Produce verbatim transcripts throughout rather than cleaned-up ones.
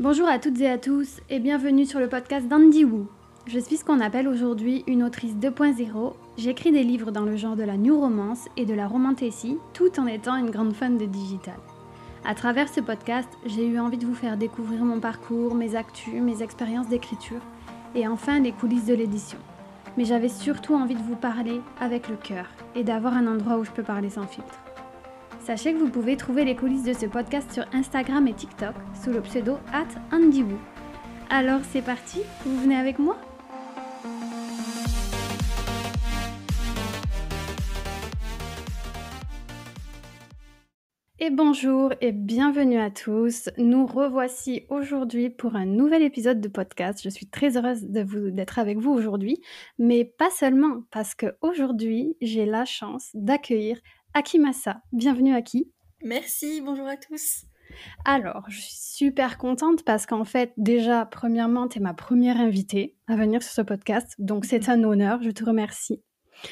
Bonjour à toutes et à tous et bienvenue sur le podcast d'Andy Wu. Je suis ce qu'on appelle aujourd'hui une autrice deux point zéro. J'écris des livres dans le genre de la new romance et de la romantasy tout en étant une grande fan de digital. À travers ce podcast, j'ai eu envie de vous faire découvrir mon parcours, mes actus, mes expériences d'écriture et enfin les coulisses de l'édition. Mais j'avais surtout envie de vous parler avec le cœur et d'avoir un endroit où je peux parler sans filtre. Sachez que vous pouvez trouver les coulisses de ce podcast sur Instagram et TikTok sous le pseudo arobase andy wu. Alors c'est parti, vous venez avec moi ? Et bonjour et bienvenue à tous. Nous revoici aujourd'hui pour un nouvel épisode de podcast. Je suis très heureuse de vous, d'être avec vous aujourd'hui, mais pas seulement parce qu'aujourd'hui j'ai la chance d'accueillir Aki Massa. Bienvenue Aki. Merci, bonjour à tous. Alors, je suis super contente parce qu'en fait, déjà, premièrement, tu es ma première invitée à venir sur ce podcast, donc c'est un honneur, je te remercie.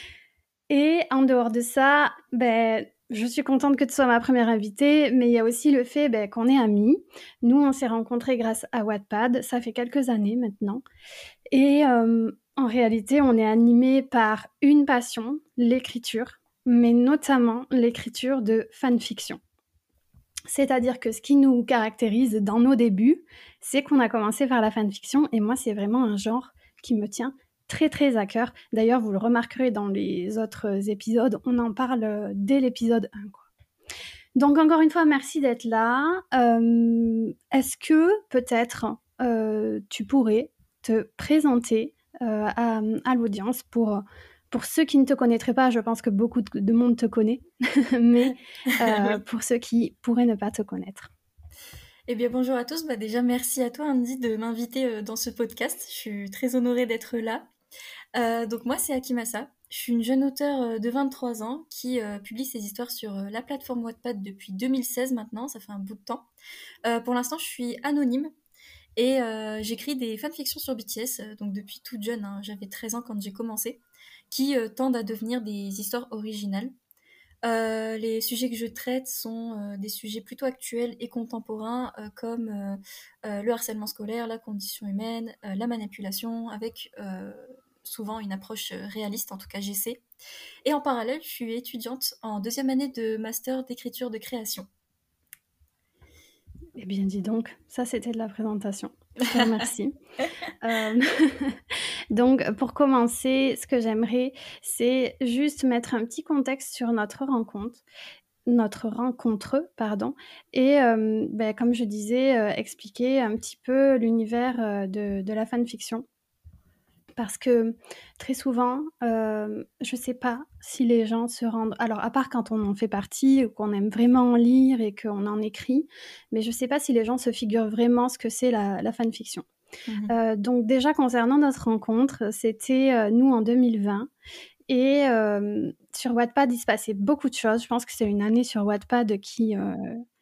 Et en dehors de ça, ben, je suis contente que tu sois ma première invitée, mais il y a aussi le fait ben, qu'on est amis. Nous, on s'est rencontrés grâce à Wattpad, ça fait quelques années maintenant. Et euh, en réalité, on est animés par une passion, l'écriture, mais notamment l'écriture de fanfiction. C'est-à-dire que ce qui nous caractérise dans nos débuts, c'est qu'on a commencé par la fanfiction, et moi, c'est vraiment un genre qui me tient très très à cœur. D'ailleurs, vous le remarquerez dans les autres épisodes, on en parle dès l'épisode un, quoi. Donc encore une fois, merci d'être là. Euh, est-ce que peut-être euh, tu pourrais te présenter euh, à, à l'audience pour... Pour ceux qui ne te connaîtraient pas, je pense que beaucoup de monde te connaît, mais euh, pour ceux qui pourraient ne pas te connaître. Eh bien bonjour à tous, bah, déjà merci à toi Andy de m'inviter dans ce podcast, je suis très honorée d'être là. Euh, donc moi c'est Aki Massa, je suis une jeune auteure de vingt-trois ans qui euh, publie ses histoires sur euh, la plateforme Wattpad depuis deux mille seize maintenant, ça fait un bout de temps. Euh, pour l'instant je suis anonyme et euh, j'écris des fanfictions sur B T S, euh, donc depuis toute jeune, hein, j'avais treize ans quand j'ai commencé, qui euh, tendent à devenir des histoires originales. Euh, les sujets que je traite sont euh, des sujets plutôt actuels et contemporains euh, comme euh, euh, le harcèlement scolaire, la condition humaine, euh, la manipulation, avec euh, souvent une approche réaliste, en tout cas j'essaie. Et en parallèle, je suis étudiante en deuxième année de master d'écriture de création. Eh bien dis donc, ça c'était de la présentation. Je te remercie. euh... Donc pour commencer, ce que j'aimerais, c'est juste mettre un petit contexte sur notre rencontre. notre rencontre, pardon, et euh, ben, comme je disais, euh, expliquer un petit peu l'univers euh, de, de la fanfiction. Parce que très souvent, euh, je ne sais pas si les gens se rendent... Alors, à part quand on en fait partie, ou qu'on aime vraiment en lire et qu'on en écrit, mais je ne sais pas si les gens se figurent vraiment ce que c'est la, la fanfiction. Mmh. Euh, donc déjà, concernant notre rencontre, c'était euh, nous en deux mille vingt. Et euh, sur Wattpad, il se passait beaucoup de choses. Je pense que c'est une année sur Wattpad qui, euh,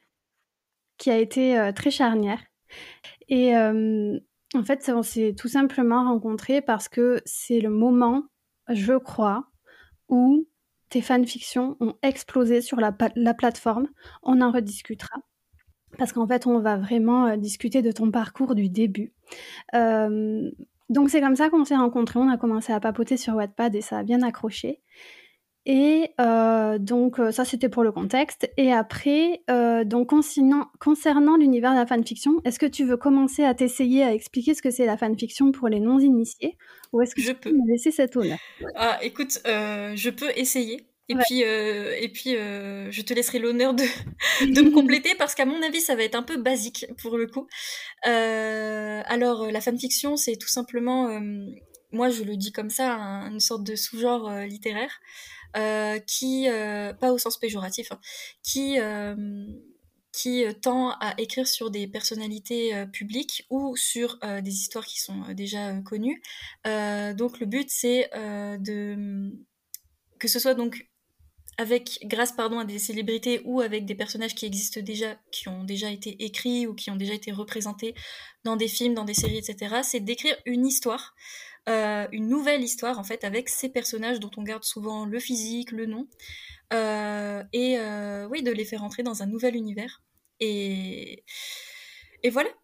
qui a été euh, très charnière. Et euh, en fait, on s'est tout simplement rencontrés parce que c'est le moment, je crois, où tes fanfictions ont explosé sur la, la plateforme. On en rediscutera. Parce qu'en fait, on va vraiment euh, discuter de ton parcours du début. Euh, donc c'est comme ça qu'on s'est rencontrés. On a commencé à papoter sur Wattpad et ça a bien accroché. Et euh, donc ça c'était pour le contexte. Et après, euh, donc concernant, concernant l'univers de la fanfiction, est-ce que tu veux commencer à t'essayer à expliquer ce que c'est la fanfiction pour les non-initiés, ou est-ce que je tu peux peux me laisser cet honneur? Ah, écoute, euh, je peux essayer. Et ouais. puis, euh, et puis euh, je te laisserai l'honneur de, de me compléter parce qu'à mon avis, ça va être un peu basique pour le coup. Euh, alors, la fanfiction, c'est tout simplement, euh, moi je le dis comme ça, un, une sorte de sous-genre euh, littéraire euh, qui, euh, pas au sens péjoratif, hein, qui, euh, qui tend à écrire sur des personnalités euh, publiques ou sur euh, des histoires qui sont euh, déjà euh, connues. Euh, donc le but, c'est euh, de que ce soit donc avec grâce pardon à des célébrités ou avec des personnages qui existent déjà, qui ont déjà été écrits ou qui ont déjà été représentés dans des films, dans des séries, et cetera. C'est d'écrire une histoire, euh, une nouvelle histoire en fait avec ces personnages dont on garde souvent le physique, le nom, euh, et euh, oui de les faire entrer dans un nouvel univers. Et et voilà.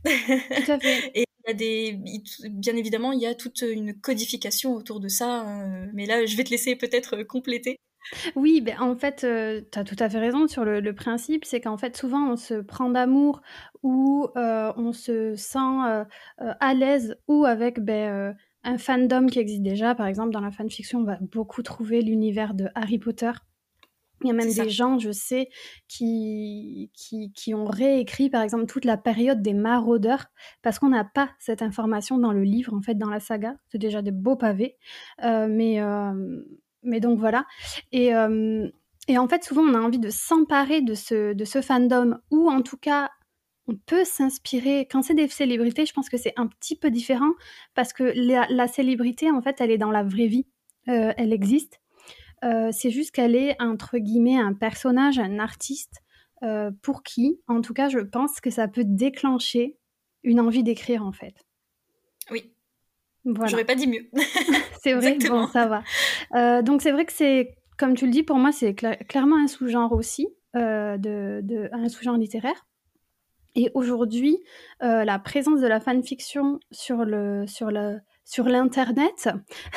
Tout à fait. Et il y a des il t bien évidemment, il y a toute une codification autour de ça, heu, mais là, je vais te laisser peut-être, heu, compléter. Oui, beh, en fait, heu, tu as tout à fait raison sur le le principe. C'est qu'en fait, souvent, on se prend d'amour ou, heu, on se sent, heu heu, à l'aise ou avec, beh, heu, un fandom qui existe déjà. Par exemple, dans la fanfiction, on va beaucoup trouver l'univers de Harry Potter. Il y a C'est même des ça. gens, je sais, qui qui qui ont réécrit, par exemple, toute la période des maraudeurs parce qu'on n'a pas cette information dans le livre, en fait, dans la saga. C'est déjà des beaux pavés, heu, mais hem, mais donc voilà et hem et en fait, souvent, on a envie de s'emparer de ce de ce fandom ou en tout cas, on peut s'inspirer quand c'est des célébrités, je pense que c'est un petit peu différent parce que la la célébrité, en fait, elle est dans la vraie vie, heu, elle existe. Heu, c'est juste qu'elle est entre guillemets «un personnage», un artiste, heu, pour qui, en tout cas, je pense que ça peut déclencher une envie d'écrire, en fait. Oui, Voilà. j'aurais pas dit mieux. C'est vrai? Bon, Exactement. ça va. Heu, donc c'est vrai que c'est comme tu le dis, pour moi, c'est cla clairement un sous-genre aussi, heu, de de un sous-genre littéraire et aujourd'hui, heu, la présence de la fanfiction sur le sur le sur l'internet,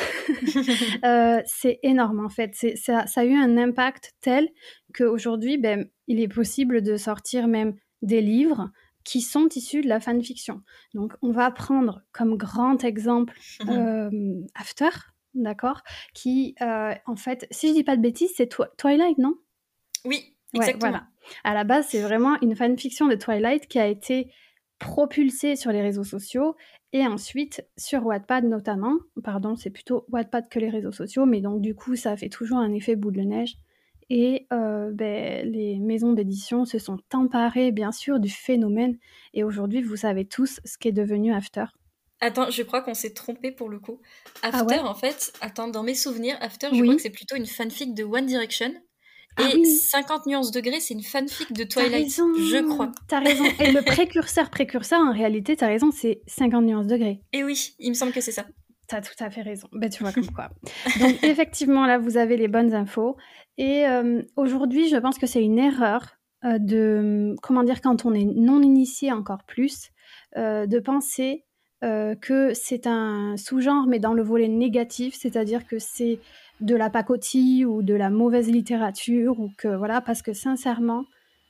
heu, c'est énorme, en fait. C'est ça ça a eu un impact tel qu'aujourd'hui, beh, il est possible de sortir même des livres qui sont issus de la fanfiction. Donc on va prendre comme grand exemple, hem, After, d'accord? Qui, heu, en fait, si je dis pas de bêtises, c'est Twi Twilight, non? Oui, Ouais, voilà. exactement. À la base, c'est vraiment une fanfiction de Twilight qui a été propulsée sur les réseaux sociaux et ensuite sur Wattpad notamment. Pardon, c'est plutôt Wattpad que les réseaux sociaux, mais donc du coup, ça fait toujours un effet boule de neige et heu, beh, les maisons d'édition se sont emparées, bien sûr, du phénomène et aujourd'hui, vous savez tous ce qu'est devenu After. Attends, je crois qu'on s'est trompé pour le coup. Ah After, ouais? en fait, attends, dans mes souvenirs, After, je crois que Oui. c'est plutôt une fanfic de One Direction Ah et oui! cinquante nuances degrés, c'est une fanfic de Tu as Twilight, je raison! crois. Tu as raison et le précurseur, précurseur, en réalité, tu as raison, c'est cinquante nuances degrés. Et oui, il me semble que c'est ça. Tu as tout à fait raison. Bah, tu vois comme quoi. Donc effectivement, là, vous avez les bonnes infos et hem, aujourd'hui, je pense que c'est une erreur, heu, de, mmh, comment dire? Quand on est non initié encore plus, heu, de penser, heu, que c'est un sous-genre, mais dans le volet négatif, c'est-à-dire que c'est de la pacotille ou de la mauvaise littérature ou que voilà, parce que sincèrement,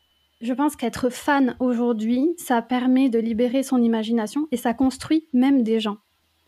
je pense qu'être fan aujourd'hui, ça permet de libérer son imagination et ça construit même des gens.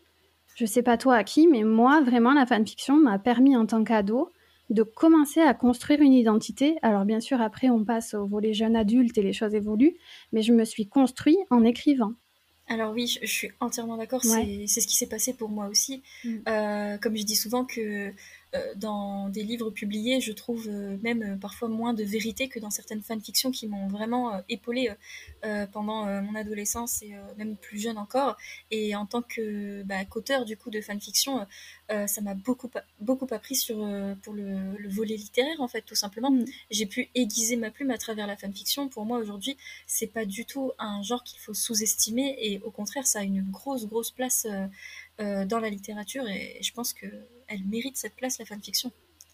Je sais pas toi à qui, mais moi, vraiment, la fanfiction m'a permis en tant qu'ado de commencer à construire une identité. Alors bien sûr, après, on passe au volet jeune adulte et les choses évoluent, mais je me suis construit en écrivant. Alors oui, je je suis entièrement d'accord, Ouais. c'est c'est ce qui s'est passé pour moi aussi. Mmh. Heu, comme je dis souvent que, heu, dans des livres publiés, je trouve, heu, même, heu, parfois moins de vérité que dans certaines fanfictions qui m'ont vraiment, heu, épaulée, heu heu, pendant, heu, mon adolescence et heu, même plus jeune encore et en tant que, bah, qu'auteure du coup de fanfiction, heu heu, ça m'a beaucoup a beaucoup appris sur, heu, pour le le volet littéraire en fait, tout simplement. Mmh. J'ai pu aiguiser ma plume à travers la fanfiction. Pour moi aujourd'hui, c'est pas du tout un genre qu'il faut sous-estimer et au contraire, ça a une grosse, grosse place euh, euh, dans la littérature et je pense qu'elle mérite cette place, la fanfiction.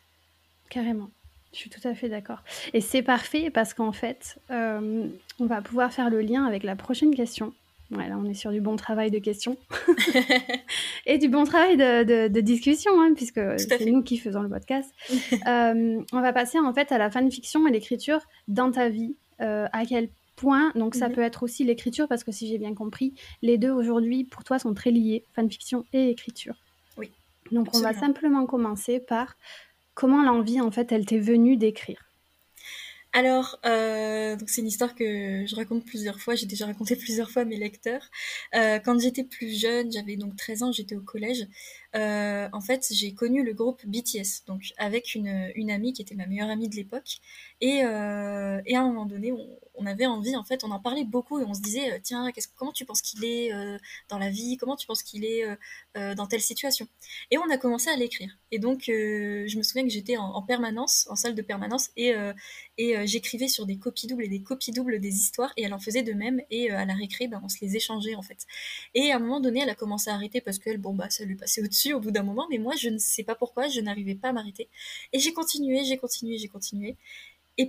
Carrément. Je suis tout à fait d'accord. Et c'est parfait parce qu'en fait, hem, on va pouvoir faire le lien avec la prochaine question. Ouais, là, on est sur du bon travail de questions et du bon travail de de de discussion, hein, puisque Tout à c'est fait. nous qui faisons le podcast. Hem, on va passer, en fait, à la fanfiction et l'écriture dans ta vie. Heu, à quel point donc ça Mhm. peut être aussi l'écriture parce que si j'ai bien compris, les deux aujourd'hui, pour toi, sont très liés, fanfiction et écriture. Oui, Donc on va absolument. simplement commencer par comment l'envie, en fait, elle t'est venue d'écrire? Alors, euh, donc c'est une histoire que je raconte plusieurs fois, j'ai déjà raconté plusieurs fois à mes lecteurs. Euh, quand j'étais plus jeune, j'avais donc treize ans, j'étais au collège. Euh, en fait, j'ai connu le groupe B T S, donc avec une, une amie qui était ma meilleure amie de l'époque. Et, euh, et à un moment donné, on, on avait envie, en fait, on en parlait beaucoup et on se disait, euh, tiens, qu'est-ce, comment tu penses qu'il est euh, dans la vie? Comment tu penses qu'il est euh, euh, dans telle situation? Et on a commencé à l'écrire. Et donc, euh, je me souviens que j'étais en, en permanence, en salle de permanence, et euh, et euh, j'écrivais sur des copies doubles et des copies doubles des histoires et elle en faisait de même et euh, à la récré ben, on se les échangeait en fait. Et à un moment donné elle a commencé à arrêter parce qu'elle bon bah ça lui passait au-dessus au bout d'un moment mais moi je ne sais pas pourquoi je n'arrivais pas à m'arrêter et j'ai continué j'ai continué j'ai continué et puis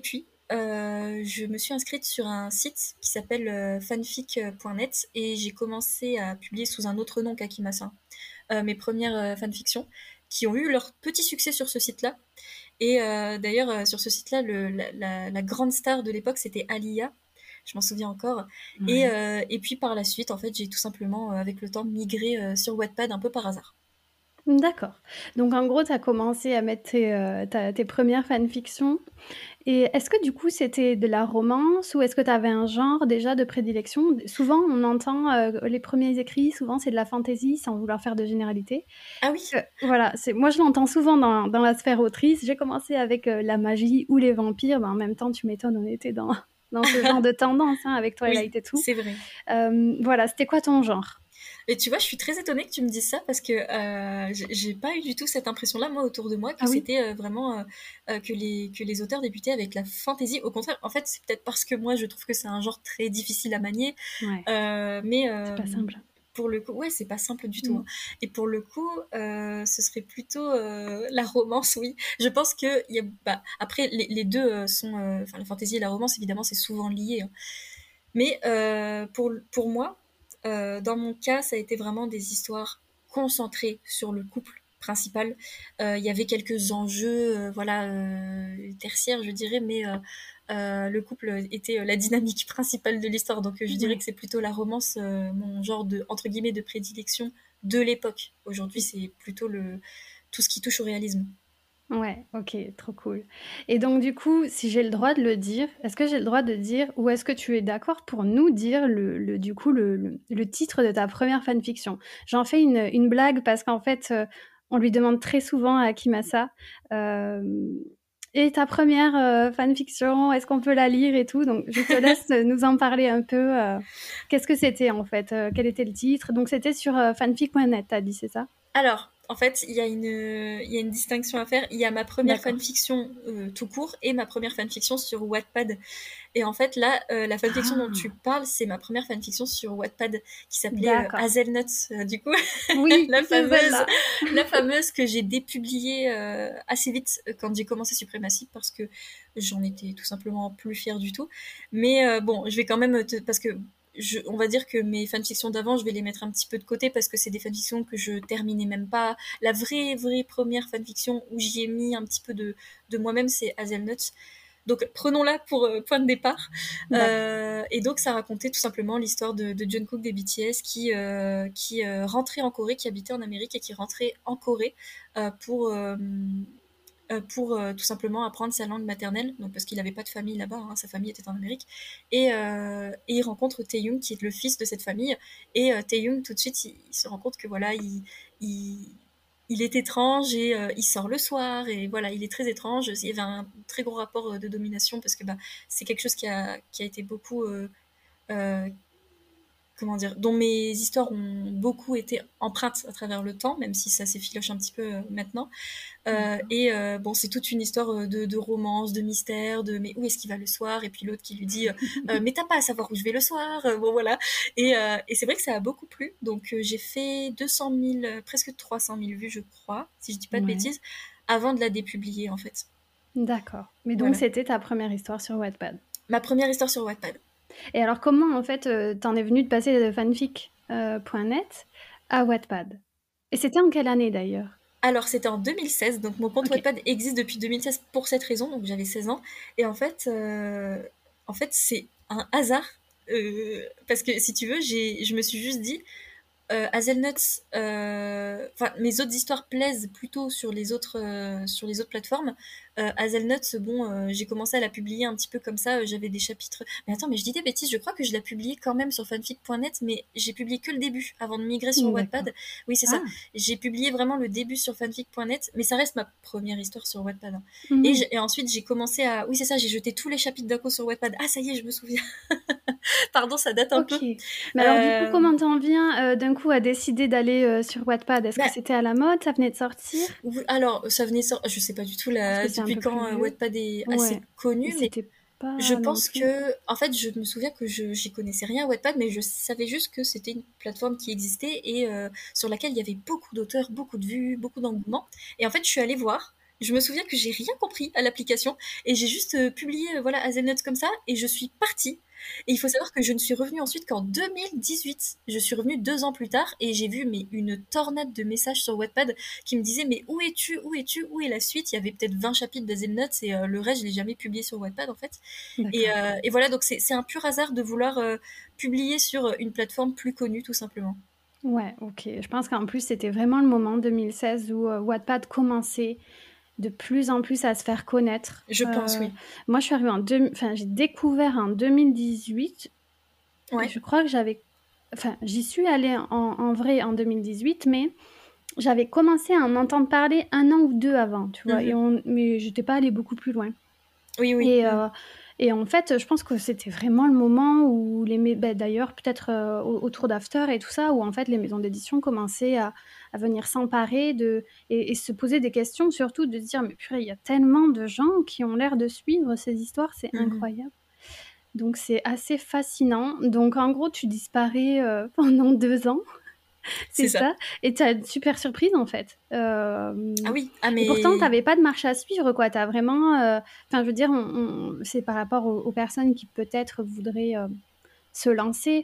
heu, je me suis inscrite sur un site qui s'appelle, heu, fanfic point net et j'ai commencé à publier sous un autre nom qu'Akimasa, heu, mes premières res fanfictions qui ont eu leur petit succès sur ce site-là et heu, d'ailleurs, heu, sur ce site-là, le la la la grande star de l'époque, c'était Aliyah, je m'en souviens encore et Ouais. heu et puis par la suite, en fait, j'ai tout simplement, heu, avec le temps, migré, heu, sur Wattpad un peu par hasard. D'accord. Donc en gros, tu as commencé à mettre tes, heu, ta tes premières fanfictions et est-ce que du coup, c'était de la romance ou est-ce que tu avais un genre déjà de prédilection? D souvent, on entend, heu, les premiers écrits, souvent, c'est de la fantasy, sans vouloir faire de généralité. Ah oui? Que voilà, c'est moi, je l'entends souvent dans dans la sphère autrice. J'ai commencé avec, heu, la magie ou les vampires, ben, en même temps, tu m'étonnes, on était dans dans ce genre de tendance, hein, avec Oui, Twilight et tout. c'est vrai. Hem, voilà, c'était quoi ton genre? Et tu vois, je suis très étonnée que tu me dises ça parce que, heu, j'ai j'ai pas eu du tout cette impression-là, moi, autour de moi, que Ah oui? c'était, heu, vraiment, heu heu, que les que les auteurs débutaient avec la fantasy. Au contraire, en fait, c'est peut-être parce que moi, je trouve que c'est un genre très difficile à manier, Ouais, heu, mais c'est pas hem, simple. pour le coup ouais, c'est pas simple du tout, Mmh. hein et pour le coup, heu, ce serait plutôt, heu, la romance, oui. Je pense qu'il y a bah, après les les deux, heu, sont, heu, enfin, la fantasy et la romance, évidemment, c'est souvent lié, hein. Mais heu, pour l pour moi, heu, dans mon cas, ça a été vraiment des histoires concentrées sur le couple principal. Heu, il y avait quelques enjeux, heu, voilà, heu, tertiaires, je dirais, mais heu heu, le couple était la dynamique principale de l'histoire. Donc je dirais Ouais. que c'est plutôt la romance, heu, mon genre de entre guillemets «de prédilection» de l'époque. Aujourd'hui, Mmh. c'est plutôt le tout ce qui touche au réalisme. Ouais, OK, trop cool et donc du coup, si j'ai le droit de le dire, est-ce que j'ai le droit de dire ou est-ce que tu es d'accord pour nous dire le le du coup, le le le titre de ta première fanfiction? J'en fais une une blague parce qu'en fait, heu, on lui demande très souvent à Akimasa, hem: «Et ta première, heu, fanfiction, est-ce qu'on peut la lire et tout?» donc je te laisse nous en parler un peu, heu, qu'est-ce que c'était en fait? Heu, quel était le titre? Donc c'était sur, heu, fanfic point net, tu as dit, c'est ça? Alors, en fait, il y a une, heu, il y a une distinction à faire. Il y a ma première D'accord. fanfiction, heu, tout court et ma première fanfiction sur Wattpad et en fait, là, heu, la fanfiction dont tu Ah! parles, c'est ma première fanfiction sur Wattpad qui s'appelait, heu, D'accord. Hazelnuts, heu, du coup, Oui, la c'est fameuse celle-là. la fameuse que j'ai dépubliée, heu, assez vite, heu, quand j'ai commencé Supremacy parce que j'en étais tout simplement plus fière du tout. Mais heu, bon, je vais quand même te parce que je on va dire que mes fanfictions d'avant, je vais les mettre un petit peu de côté parce que c'est des fanfictions que je terminais même pas. La vraie, vraie première fanfiction où j'y ai mis un petit peu de de moi-même, c'est Hazelnuts. Donc prenons-la pour, heu, point de départ, D'accord. heu et donc ça racontait tout simplement l'histoire de de Jungkook des B T S qui, heu, qui, heu, rentrait en Corée, qui habitait en Amérique et qui rentrait en Corée, heu, pour, hem, heu, pour, heu, tout simplement apprendre sa langue maternelle, donc parce qu'il avait pas de famille là-bas, hein, sa famille était en Amérique et heu et il rencontre Taeyoung qui est le fils de cette famille et heu, Taeyoung tout de suite, il il se rend compte que voilà, il il il est étrange et heu, il sort le soir et voilà, il est très étrange. Il y avait un très gros rapport, heu, de domination parce que, bah, c'est quelque chose qui a qui a été beaucoup, heu heu comment dire? Dont mes histoires ont beaucoup été empreintes à travers le temps, même si ça s'effiloche un petit peu, heu, maintenant, heu D'accord. et heu, bon, c'est toute une histoire, heu, de de romance, de mystère, de: «Mais où est-ce qu'il va le soir?» et puis l'autre qui lui dit, heu: «Heu, mais tu as pas à savoir où je vais le soir», heu, bon voilà et heu et c'est vrai que ça a beaucoup plu donc heu, j'ai fait deux cent mille, heu, presque trois cent mille vues, je crois, si je dis pas de Ouais. bêtises, avant de la dépublier, en fait. D'accord, mais donc Voilà. c'était ta première histoire sur Wattpad? Ma première histoire sur Wattpad. Et alors comment, en fait, heu, tu en es venue de passer de fanfic, heu, point net à Wattpad? Et c'était en quelle année d'ailleurs? Alors c'était en deux mille seize, donc mon compte OK. Wattpad existe depuis deux mille seize pour cette raison, donc j'avais seize ans et en fait, heu, en fait, c'est un hasard, heu, parce que si tu veux, j'ai je me suis juste dit, heu, Hazelnuts, heu, enfin mes autres histoires plaisent plutôt sur les autres, heu, sur les autres plateformes. Heu, Hazelnuts, bon, heu, j'ai commencé à la publier un petit peu comme ça, heu, j'avais des chapitres mais attends, mais je dis des bêtises, je crois que je l'ai publiée quand même sur fanfic point net, mais j'ai publié que le début avant de migrer sur Mmh, d'accord. Wattpad. Oui, c'est ça. Ah! J'ai publié vraiment le début sur fanfic point net, mais ça reste ma première histoire sur Wattpad, hein Mmh et mh. j et ensuite j'ai commencé à oui, c'est ça, j'ai jeté tous les chapitres d'un coup sur Wattpad. Ah ça y est, je me souviens. Pardon, ça date un peu. OK, mais alors du coup, Hem comment tu en viens, heu, d'un coup à décider d'aller, heu, sur Wattpad? Est-ce que Bah c'était à la mode? Ça venait de sortir? ou alors ça venait sor je sais pas du tout Parce la que c'est un depuis peu plus quand, heu, vieux? Wattpad est Ouais assez et connu, mais c'était je pas non pense plus qu'en fait, je me souviens que je j'y connaissais rien à Wattpad, mais je savais juste que c'était une plateforme qui existait et heu, sur laquelle il y avait beaucoup d'auteurs, beaucoup de vues, beaucoup d'engouement et en fait, je suis allée voir je me souviens que j'ai rien compris à l'application et j'ai juste euh, publié euh, voilà Hazelnuts comme ça et je suis partie. Et il faut savoir que je ne suis revenue ensuite qu'en deux mille dix-huit. Je suis revenue deux ans plus tard et j'ai vu mais une tornade de messages sur Wattpad qui me disaient mais où es-tu, où es-tu, où est la suite? Il y avait peut-être vingt chapitres d'Hazelnuts et euh, le reste je l'ai jamais publié sur Wattpad en fait. Et, D'accord. euh, et voilà donc c'est c'est un pur hasard de vouloir euh, publier sur une plateforme plus connue tout simplement. Ouais, OK. Je pense qu'en plus, c'était vraiment le moment deux mille seize où, heu, Wattpad commençait de plus en plus à se faire connaître. Je pense Heu, oui. moi, je suis arrivée en deux enfin, j'ai découvert en deux mille dix-huit et Ouais. je crois que j'avais enfin, j'y suis allée en en vrai en deux mille dix-huit, mais j'avais commencé à en entendre parler un an ou deux avant, tu vois? Et Mhm. on mais j'étais pas allée beaucoup plus loin. Oui oui. Et, Euh, heu et en fait, je pense que c'était vraiment le moment où les mais bah, d'ailleurs peut-être, heu, au autour d'After et tout ça, où en fait les maisons d'édition commençaient à à venir s'emparer de et et se poser des questions surtout, de se dire: «Mais purée, il y a tellement de gens qui ont l'air de suivre ces histoires, c'est mhm. incroyable». Donc c'est assez fascinant. Donc en gros, tu disparais, heu, pendant deux ans. C'est C'est ça. ça et tu as une super surprise, en fait. Ah Hem oui. Ah et pourtant tu mais avais pas de marche à suivre, quoi. Tu as vraiment, heu enfin, je veux dire, on on c'est par rapport aux aux personnes qui peut-être voudraient, heu, se lancer.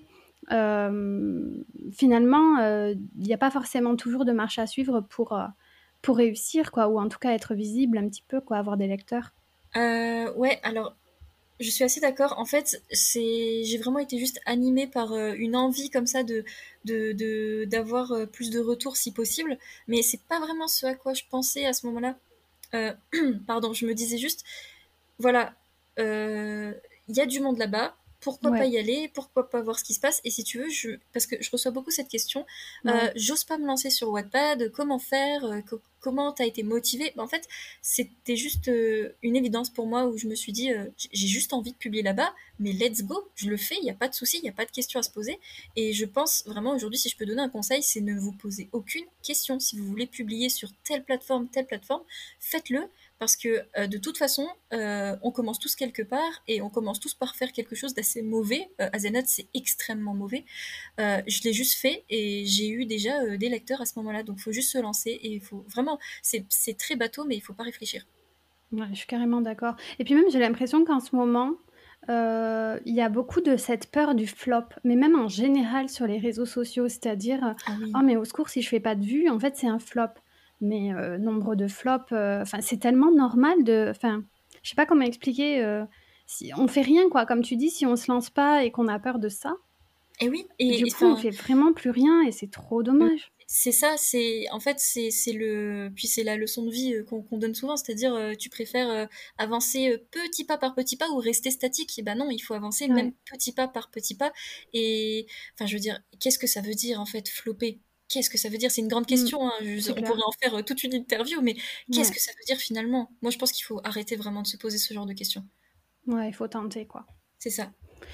Hem, finalement, heu, il y a pas forcément toujours de marche à suivre pour, heu, pour réussir, quoi, ou en tout cas être visible un petit peu, quoi, avoir des lecteurs. euh, ouais alors je suis assez d'accord. En fait, c'est j'ai vraiment été juste animée par euh, une envie comme ça de de de- d'avoir euh, plus de retours si possible. Mais c'est pas vraiment ce à quoi je pensais à ce moment-là. Euh, pardon, je me disais juste, voilà, euh, il y a du monde là-bas. Pourquoi pas Ouais, y aller? Pourquoi pas voir ce qui se passe? Et si tu veux, je parce que je reçois beaucoup cette question. euh, ouais. j'ose pas me lancer sur Wattpad. Comment faire? Euh, co- comment t'as été motivée? Ben, en fait, c'était juste euh, une évidence pour moi où je me suis dit, euh, j'ai juste envie de publier là-bas, mais let's go, je le fais. Il y a pas de souci, il y a pas de question à se poser. Et je pense vraiment aujourd'hui, si je peux donner un conseil, c'est ne vous poser aucune question. Si vous voulez publier sur telle plateforme, telle plateforme, faites-le parce que euh, de toute façon, euh, on commence tous quelque part et on commence tous par faire quelque chose d'assez mauvais. Euh, Azenat, c'est extrêmement mauvais. Euh, je l'ai juste fait et j'ai eu déjà euh, des lecteurs à ce moment-là. Donc, il faut juste se lancer et il faut vraiment. C'est, c'est très bateau, mais il faut pas réfléchir. Ouais, je suis carrément d'accord et puis même, j'ai l'impression qu'en ce moment, heu, il y a beaucoup de cette peur du flop, mais même en général sur les réseaux sociaux. C'est-à-dire, heu: Ah «Oh oui. mais au secours, si je fais pas de vues, en fait, c'est un flop». Mais heu, nombre de flops, heu, enfin, c'est tellement normal de enfin, je sais pas comment expliquer, heu, si on fait rien, quoi. Comme tu dis, si on se lance pas et qu'on a peur de ça, Et oui, et du coup, on enfin, fait vraiment plus rien et c'est trop Mmh. dommage. C'est ça, c'est en fait c'est c'est le puis c'est la leçon de vie euh, qu'on qu'on donne souvent, c'est-à-dire euh, tu préfères euh, avancer euh, petit pas par petit pas ou rester statique. Et ben non, il faut avancer même Ouais, petit pas par petit pas. Et enfin, je veux dire, qu'est-ce que ça veut dire en fait flopper? Qu'est-ce que ça veut dire? C'est une grande mmh, question, hein. Je- c'est on pourrait clair. en faire euh, toute une interview, mais qu'est-ce Ouais, que ça veut dire finalement? Moi, je pense qu'il faut arrêter vraiment de se poser ce genre de questions. ouais, il faut tenter, quoi. C'est ça.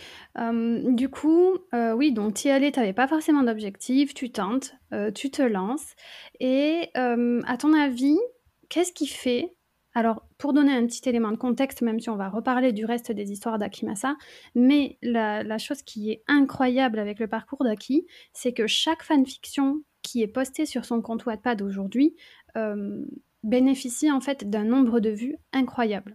Hem, du coup, heu, oui, donc tu y allais, tu avais pas forcément d'objectif, tu tentes, heu, tu te lances et hem, à ton avis, qu'est-ce qui fait alors pour donner un petit élément de contexte, même si on va reparler du reste des histoires d'Akimasa, mais la la chose qui est incroyable avec le parcours d'Aki, c'est que chaque fanfiction qui est postée sur son compte Wattpad aujourd'hui, hem, bénéficie en fait d'un nombre de vues incroyable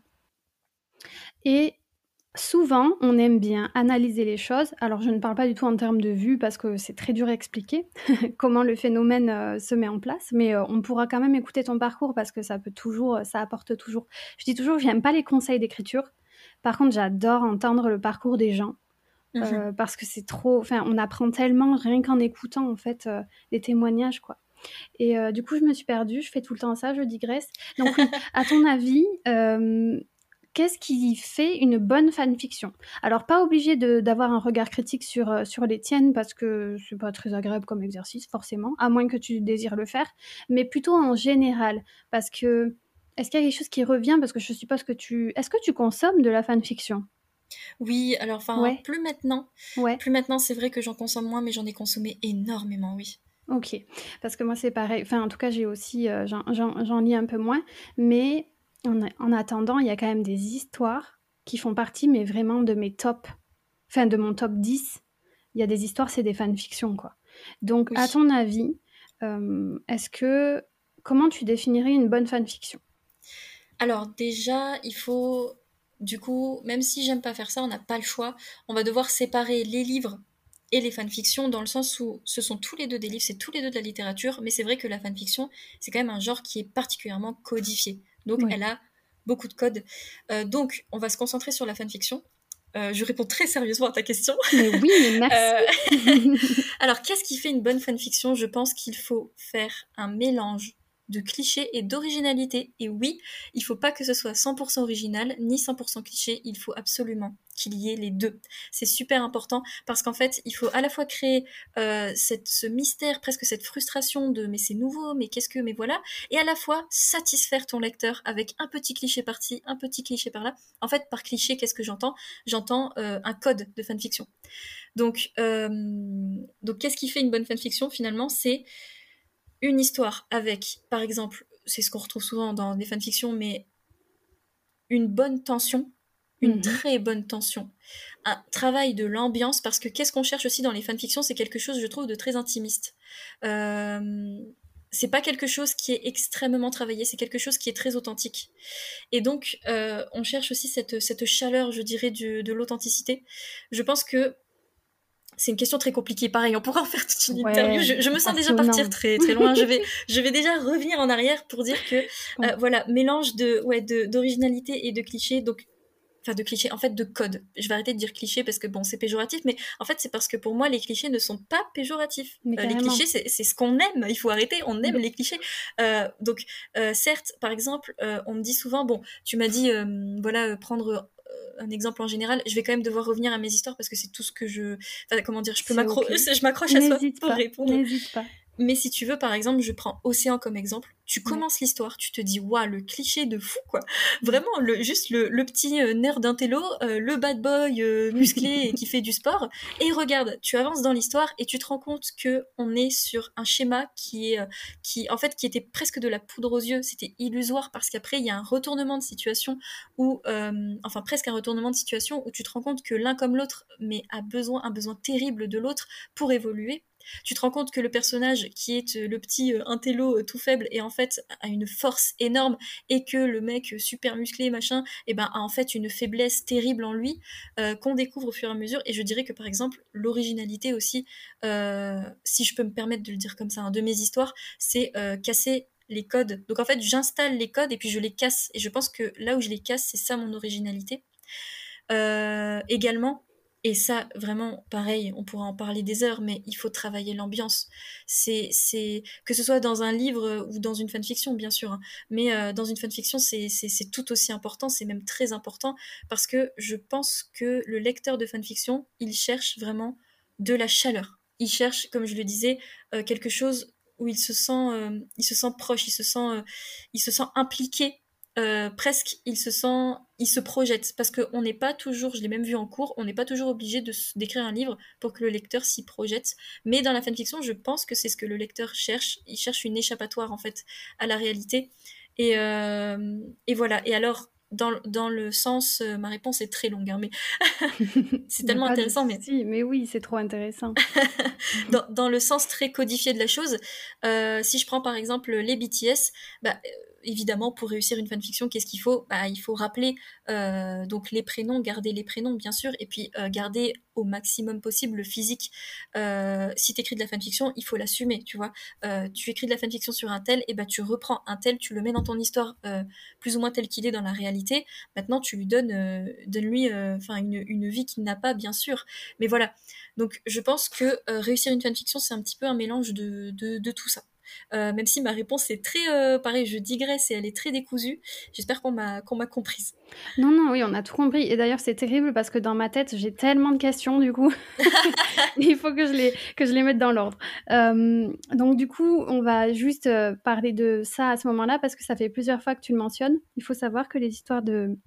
et souvent, on aime bien analyser les choses. Alors, je ne parle pas du tout en termes de vues parce que c'est très dur à expliquer comment le phénomène euh, se met en place, mais euh, on pourra quand même écouter ton parcours parce que ça peut toujours, ça apporte toujours. Je dis toujours, j'aime pas les conseils d'écriture. Par contre, j'adore entendre le parcours des gens Mhm. euh, parce que c'est trop. Enfin, on apprend tellement rien qu'en écoutant en fait euh, les témoignages, quoi. Et euh, du coup, je me suis perdue. Je fais tout le temps ça, je digresse. Donc oui, à ton avis, euh, qu'est-ce qui fait une bonne fanfiction? Alors, pas obligé de d'avoir un regard critique sur, heu, sur les tiennes parce que c'est pas très agréable comme exercice forcément, à moins que tu désires le faire, mais plutôt en général. Parce que est-ce qu'il y a quelque chose qui revient? Parce que je suppose que tu est-ce que tu consommes de la fanfiction? Oui, alors enfin, Ouais, plus maintenant. ouais, Plus maintenant, c'est vrai que j'en consomme moins, mais j'en ai consommé énormément, oui. OK. Parce que moi, c'est pareil. Enfin, en tout cas, j'ai aussi, heu, j'en j'en j'en lis un peu moins, mais en a en attendant, il y a quand même des histoires qui font partie, mais vraiment de mes tops, enfin de mon top dix. Il y a des histoires, c'est des fanfictions, quoi. Donc, à Oui. ton avis, hem, est-ce que comment tu définirais une bonne fanfiction? Alors déjà, il faut, du coup, même si j'aime pas faire ça, on n'a pas le choix. On va devoir séparer les livres et les fanfictions dans le sens où ce sont tous les deux des livres, c'est tous les deux de la littérature, mais c'est vrai que la fanfiction, c'est quand même un genre qui est particulièrement codifié. Donc Oui. elle a beaucoup de codes. Euh, donc on va se concentrer sur la fanfiction. Euh, je réponds très sérieusement à ta question. Mais oui, mais merci. Euh, Alors, qu'est-ce qui fait une bonne fanfiction? Je pense qu'il faut faire un mélange de clichés et d'originalité. Et oui, il faut pas que ce soit cent pour cent original ni cent pour cent cliché, il faut absolument qu'il y ait les deux. C'est super important parce qu'en fait, il faut à la fois créer euh, cette, ce mystère, presque cette frustration de mais c'est nouveau, mais qu'est-ce que, mais voilà, et à la fois satisfaire ton lecteur avec un petit cliché par-ci, un petit cliché par-là. En fait, par cliché, qu'est-ce que j'entends? J'entends euh, un code de fanfiction. Donc, euh, donc qu'est-ce qui fait une bonne fanfiction finalement? C'est une histoire avec, par exemple, c'est ce qu'on retrouve souvent dans des fanfictions, mais une bonne tension, une Mhm. très bonne tension, un travail de l'ambiance, parce que qu'est-ce qu'on cherche aussi dans les fanfictions? C'est quelque chose, je trouve, de très intimiste. Euh, c'est pas quelque chose qui est extrêmement travaillé, c'est quelque chose qui est très authentique. Et donc, euh, on cherche aussi cette, cette chaleur, je dirais, du, de l'authenticité. Je pense que c'est une question très compliquée. Pareil, on pourra en faire toute une interview. Ouais, Je, je me c'est sens déjà partir passionnant. très très loin. Je vais, je vais déjà revenir en arrière pour dire que Bon. euh, voilà, mélange de ouais de d'originalité et de clichés. Donc enfin de clichés, en fait de code. Je vais arrêter de dire cliché parce que bon c'est péjoratif, mais en fait c'est parce que pour moi les clichés ne sont pas péjoratifs. Mais Euh, les carrément. clichés c'est, c'est ce qu'on aime. Il faut arrêter. On aime Do- les clichés. Euh, donc euh, certes, par exemple, euh, on me dit souvent bon, tu m'as dit euh, voilà euh, prendre un exemple en général, je vais quand même devoir revenir à mes histoires parce que c'est tout ce que je, enfin, comment dire, je peux C'est m'accro, ok. je m'accroche à ça N'hésite pour pas, répondre. n'hésite pas. Mais si tu veux, par exemple, je prends Océan comme exemple. Tu Ouais. commences l'histoire, tu te dis, waouh, le cliché de fou, quoi. Vraiment, le, juste le, le petit euh, nerd d'intello, euh, le bad boy euh, musclé et qui fait du sport. Et regarde, tu avances dans l'histoire et tu te rends compte que on est sur un schéma qui est, euh, qui, en fait, qui était presque de la poudre aux yeux. C'était illusoire parce qu'après, il y a un retournement de situation où, euh, enfin, presque un retournement de situation où tu te rends compte que l'un comme l'autre, mais a besoin, un besoin terrible de l'autre pour évoluer. Tu te rends compte que le personnage qui est euh, le petit euh, intello euh, tout faible et en fait a une force énorme et que le mec euh, super musclé machin et ben a en fait une faiblesse terrible en lui euh, qu'on découvre au fur et à mesure. Et je dirais que par exemple l'originalité aussi, euh, si je peux me permettre de le dire comme ça, hein, de mes histoires, c'est euh, casser les codes. Donc en fait j'installe les codes et puis je les casse et je pense que là où je les casse c'est ça mon originalité. Euh, également, et ça, vraiment, pareil, on pourra en parler des heures, mais il faut travailler l'ambiance. C'est, c'est, que ce soit dans un livre ou dans une fanfiction, bien sûr, hein, mais euh, dans une fanfiction, c'est, c'est, c'est tout aussi important, c'est même très important, parce que je pense que le lecteur de fanfiction, il cherche vraiment de la chaleur. Il cherche, comme je le disais, euh, quelque chose où il se sent, euh, il se sent proche, il se sent, euh, il se sent impliqué euh, presque il se sent, il se projette parce qu'on n'est pas toujours, je l'ai même vu en cours, on n'est pas toujours obligé de, d'écrire un livre pour que le lecteur s'y projette. Mais dans la fanfiction, je pense que c'est ce que le lecteur cherche. Il cherche une échappatoire en fait à la réalité. Et, euh, et voilà. Et alors, dans, dans le sens, euh, ma réponse est très longue, hein, mais c'est Il n'y a tellement pas de intéressant, mais souci, mais oui, c'est trop intéressant. dans, dans le sens très codifié de la chose, euh, si je prends par exemple les B T S, bah, euh, évidemment pour réussir une fanfiction, qu'est-ce qu'il faut? Bah, il faut rappeler euh, donc les prénoms, garder les prénoms bien sûr, et puis euh, garder au maximum possible le physique. Euh, si tu écris de la fanfiction, il faut l'assumer, tu vois. Euh, tu écris de la fanfiction sur un tel, et bah tu reprends un tel, tu le mets dans ton histoire euh, plus ou moins tel qu'il est dans la réalité. Maintenant, tu lui donnes, euh, donne-lui, enfin une, une vie qu'il n'a pas, bien sûr. Mais voilà. Donc je pense que euh, réussir une fanfiction, c'est un petit peu un mélange de, de, de tout ça. Euh, même si ma réponse est très, euh, pareil, je digresse et elle est très décousue. J'espère qu'on m'a, qu'on m'a comprise. Non, non, oui, on a tout compris et d'ailleurs, c'est terrible parce que dans ma tête, j'ai tellement de questions du coup, il faut que je les que je les mette dans l'ordre. Hem, donc du coup, on va juste, heu, parler de ça à ce moment-là parce que ça fait plusieurs fois que tu le mentionnes. Il faut savoir que les histoires de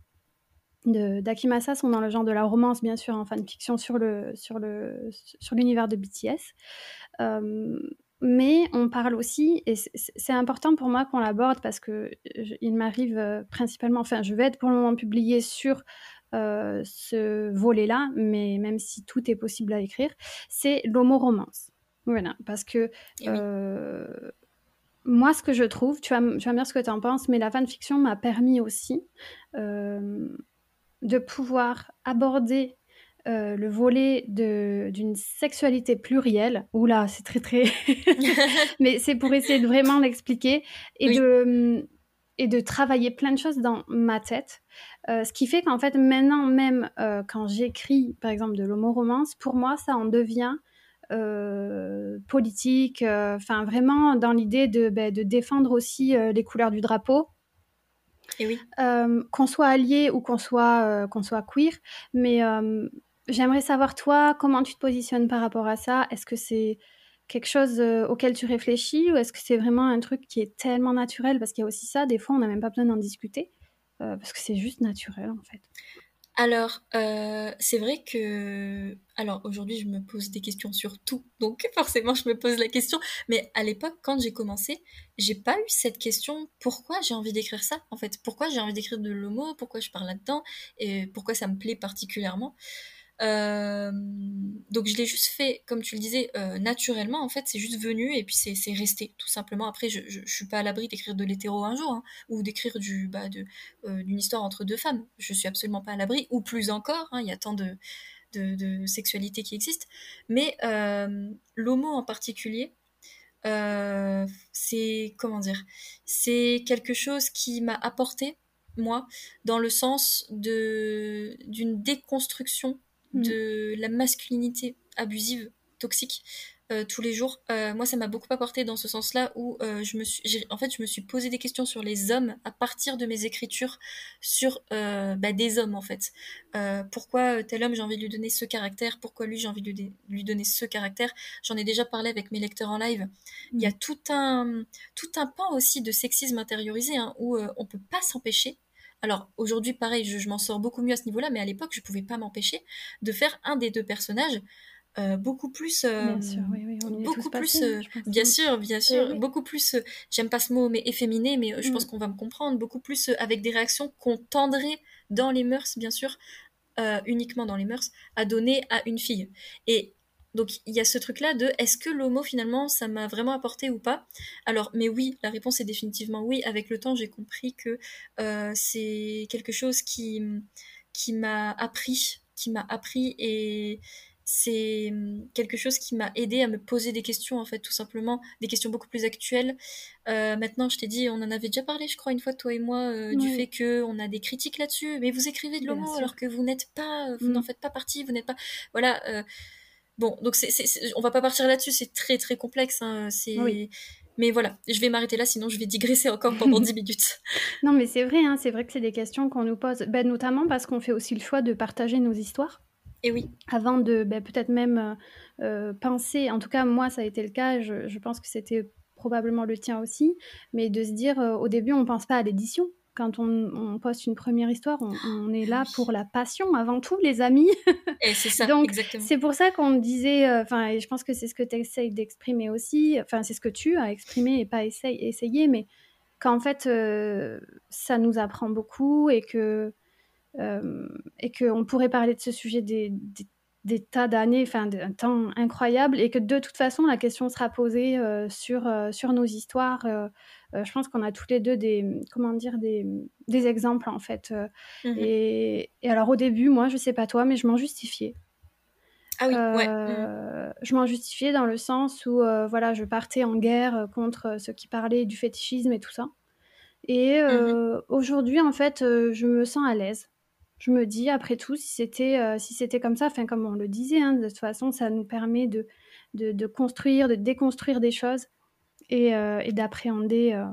de d'Akimasa sont dans le genre de la romance, bien sûr, en fanfiction sur le sur le sur l'univers de B T S. Hem, mais on parle aussi et c'est c'est important pour moi qu'on l'aborde parce que je il m'arrive, heu, principalement enfin, je vais être pour le moment publiée sur, heu, ce volet-là, mais même si tout est possible à écrire, c'est l'homoromance. Voilà, parce que, Et oui. heu moi, ce que je trouve, tu vas, m- tu vas me dire ce que tu en penses, mais la fanfiction m'a permis aussi euh, de pouvoir aborder euh, le volet de, d'une sexualité plurielle. Oula, c'est très très... mais c'est pour essayer de vraiment l'expliquer et Oui, de, et de travailler plein de choses dans ma tête. Euh, ce qui fait qu'en fait, maintenant même, euh, quand j'écris, par exemple, de l'homo-romance, pour moi, ça en devient euh, politique, euh, enfin vraiment dans l'idée de, ben, de défendre aussi euh, les couleurs du drapeau, et oui. euh, qu'on soit allié ou qu'on soit, euh, qu'on soit queer. Mais euh, j'aimerais savoir, toi, comment tu te positionnes par rapport à ça. Est-ce que c'est quelque chose euh, auquel tu réfléchis ou est-ce que c'est vraiment un truc qui est tellement naturel? Parce qu'il y a aussi ça, des fois, on n'a même pas besoin d'en discuter, euh, parce que c'est juste naturel, en fait. Alors, heu, c'est vrai que alors aujourd'hui, je me pose des questions sur tout, donc forcément, je me pose la question. Mais à l'époque, quand j'ai commencé, j'ai pas eu cette question: «Pourquoi j'ai envie d'écrire ça, en fait? Pourquoi j'ai envie d'écrire de l'homo? Pourquoi je parle là-dedans? Et pourquoi ça me plaît particulièrement?» Euh, donc je l'ai juste fait, comme tu le disais, euh, naturellement, en fait, c'est juste venu et puis c'est c'est resté, tout simplement. Après, je, je, je suis pas à l'abri d'écrire de l'hétéro un jour, hein, ou d'écrire du, bah, de, euh, d'une histoire entre deux femmes. Je suis absolument pas à l'abri, ou plus encore, hein, il y a tant de, de, de sexualité qui existe. Mais euh, l'homo en particulier, euh, c'est, comment dire, c'est quelque chose qui m'a apporté, moi, dans le sens de d'une déconstruction Mm. de la masculinité abusive, toxique, euh, tous les jours. Euh, moi, ça m'a beaucoup apporté dans ce sens-là où euh, je me suis, j'ai- en fait, je me suis posé des questions sur les hommes à partir de mes écritures sur euh, bah, des hommes, en fait. Euh, pourquoi tel homme, j'ai envie de lui donner ce caractère, pourquoi lui, j'ai envie de lui, lui donner ce caractère. J'en ai déjà parlé avec mes lecteurs en live. Il y Mm. a tout un, tout un pan aussi de sexisme intériorisé, hein, où euh, on peut pas s'empêcher. Alors aujourd'hui, pareil, je, je m'en sors beaucoup mieux à ce niveau-là, mais à l'époque, je pouvais pas m'empêcher de faire un des deux personnages euh, beaucoup plus, euh, Bien sûr, oui, oui, on y est tous beaucoup plus, passés, hein, euh, je pense. bien Mm. sûr, bien Oui, sûr, oui. beaucoup plus. Euh, j'aime pas ce mot, mais efféminé, mais euh, je pense Mm. qu'on va me comprendre, beaucoup plus euh, avec des réactions qu'on tendrait dans les mœurs, bien sûr, euh, uniquement dans les mœurs, à donner à une fille. Et donc il y a ce truc-là de est-ce que l'homo finalement ça m'a vraiment apporté ou pas. Alors mais oui, la réponse est définitivement oui. Avec le temps j'ai compris que euh, c'est quelque chose qui, qui m'a appris, qui m'a appris et c'est quelque chose qui m'a aidé à me poser des questions en fait tout simplement, des questions beaucoup plus actuelles. Euh, maintenant, je t'ai dit, on en avait déjà parlé, je crois, une fois, toi et moi, euh, du fait Oui, que on a des critiques là-dessus. Mais vous écrivez de bien l'homo sûr. alors que vous n'êtes pas, vous n'en Mm. faites pas partie, vous n'êtes pas. Voilà. Euh, bon, donc c'est, c'est, c'est- on va pas partir là-dessus, c'est très très complexe. Hein, Oui. c'est. Mais voilà, je vais m'arrêter là, sinon je vais digresser encore pendant dix minutes. Non, mais c'est vrai, hein, c'est vrai que c'est des questions qu'on nous pose, ben, notamment parce qu'on fait aussi le choix de partager nos histoires Et oui. avant de ben, peut-être même euh, euh, penser, en tout cas moi ça a été le cas, je, je pense que c'était probablement le tien aussi, mais de se dire euh, au début on pense pas à l'édition. Quand on, on poste une première histoire, on, on est Ah là pour oui. la passion avant tout, les amis. Et c'est ça, Donc exactement. c'est pour ça qu'on me disait, euh, enfin et je pense que c'est ce que tu essayes d'exprimer aussi, enfin c'est ce que tu as exprimé et pas essaye, essayer, mais qu'en fait, euh, ça nous apprend beaucoup et que euh, et qu'on pourrait parler de ce sujet des, des, des tas d'années, enfin d'un temps incroyable, et que de toute façon, la question sera posée euh, sur, euh, sur nos histoires. Euh, euh, je pense qu'on a tous les deux des, comment dire, des, des exemples, en fait. Euh, Mhm. et, et alors, au début, moi, je sais pas toi, mais je m'en justifiais. Ah oui, ouais. Mhm. Euh, je m'en justifiais dans le sens où euh, voilà, je partais en guerre contre ceux qui parlaient du fétichisme et tout ça. Et Mhm. euh, aujourd'hui, en fait, euh, je me sens à l'aise. Je me dis, après tout, si c'était euh, si c'était comme ça, enfin, comme on le disait, hein, de toute façon, ça nous permet de, de, de construire, de déconstruire des choses et, euh, et d'appréhender euh,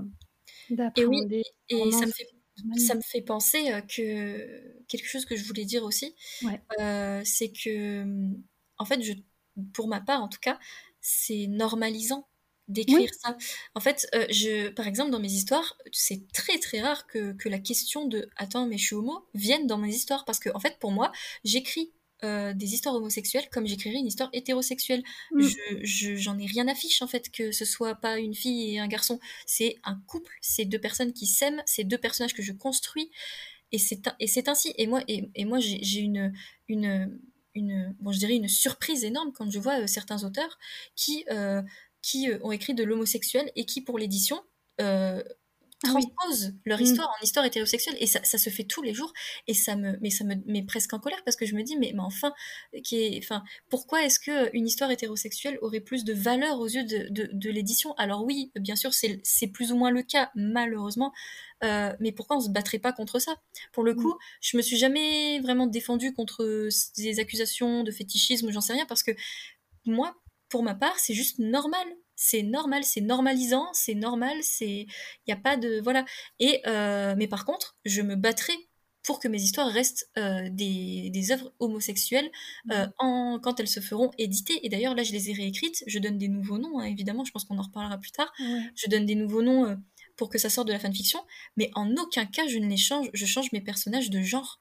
Et oui, d'appréhender la et ça me romance fait, de ça manière. me fait penser euh, que quelque chose que je voulais dire aussi, Ouais. euh, c'est que, en fait, je, pour ma part en tout cas, c'est normalisant d'écrire Oui, ça. En fait, euh, je, par exemple, dans mes histoires, c'est très très rare que, que la question de «Attends, mais je suis homo» vienne dans mes histoires, parce que, en fait, pour moi, j'écris euh, des histoires homosexuelles comme j'écrirais une histoire hétérosexuelle. Je, mm, je- j'en ai rien à fiche, en fait, que ce soit pas une fille et un garçon. C'est un couple, c'est deux personnes qui s'aiment, c'est deux personnages que je construis, et c'est et c'est ainsi. Et moi, et, et moi j'ai j'ai une, une, une, bon, je dirais une surprise énorme quand je vois euh, certains auteurs qui, euh, qui euh, ont écrit de l'homosexuel et qui, pour l'édition, euh, Ah oui. transposent leur Mmh. histoire en histoire hétérosexuelle et ça, ça se fait tous les jours et ça me mais ça me met presque en colère parce que je me dis mais, mais enfin qui est enfin pourquoi est-ce que une histoire hétérosexuelle aurait plus de valeur aux yeux de, de, de l'édition? Alors oui, bien sûr, c'est c'est plus ou moins le cas malheureusement, euh, mais pourquoi on se battrait pas contre ça? Pour le coup, Mmh. je me suis jamais vraiment défendue contre des accusations de fétichisme ou j'en sais rien parce que moi, pour ma part, c'est juste normal. C'est normal, c'est normalisant, c'est normal, c'est... Il n'y a pas de... Voilà. Et, euh, mais par contre, je me battrai pour que mes histoires restent euh, des, des œuvres homosexuelles euh, en, quand elles se feront éditer. Et d'ailleurs, là, je les ai réécrites. Je donne des nouveaux noms, hein, évidemment. Je pense qu'on en reparlera plus tard. Ouais. Je donne des nouveaux noms euh, pour que ça sorte de la fanfiction. Mais en aucun cas, je ne les change. Je change mes personnages de genre.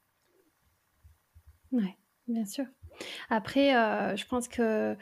Ouais, bien sûr. Après, euh, je pense que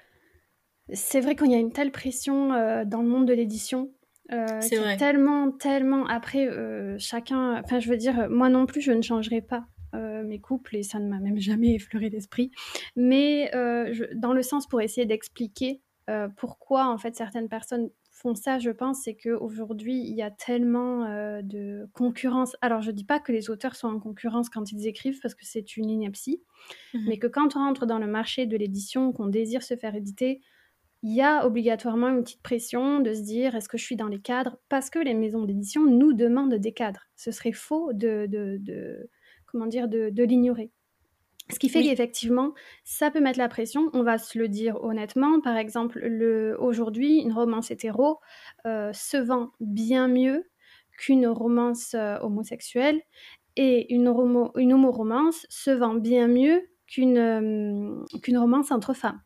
c'est vrai qu'il y a une telle pression euh, dans le monde de l'édition, euh, C'est qu'il y a vrai. tellement, tellement... Après, euh, chacun... Enfin, je veux dire, moi non plus, je ne changerai pas euh, mes couples, et ça ne m'a même jamais effleuré l'esprit. Mais euh, je, dans le sens pour essayer d'expliquer euh, pourquoi, en fait, certaines personnes font ça, je pense, c'est qu'aujourd'hui, il y a tellement euh, de concurrence. Alors, je dis pas que les auteurs sont en concurrence quand ils écrivent, parce que c'est une ineptie, Mhm. mais que quand on rentre dans le marché de l'édition, qu'on désire se faire éditer, il y a obligatoirement une petite pression de se dire est-ce que je suis dans les cadres, parce que les maisons d'édition nous demandent des cadres. Ce serait faux de, de, de comment dire, de, de l'ignorer. Ce qui fait Oui. qu'effectivement, ça peut mettre la pression, on va se le dire honnêtement. Par exemple, le, aujourd'hui, une romance hétéro euh, se vend bien mieux qu'une romance euh, homosexuelle, et une, homo, une homoromance se vend bien mieux qu'une, euh, qu'une romance entre femmes.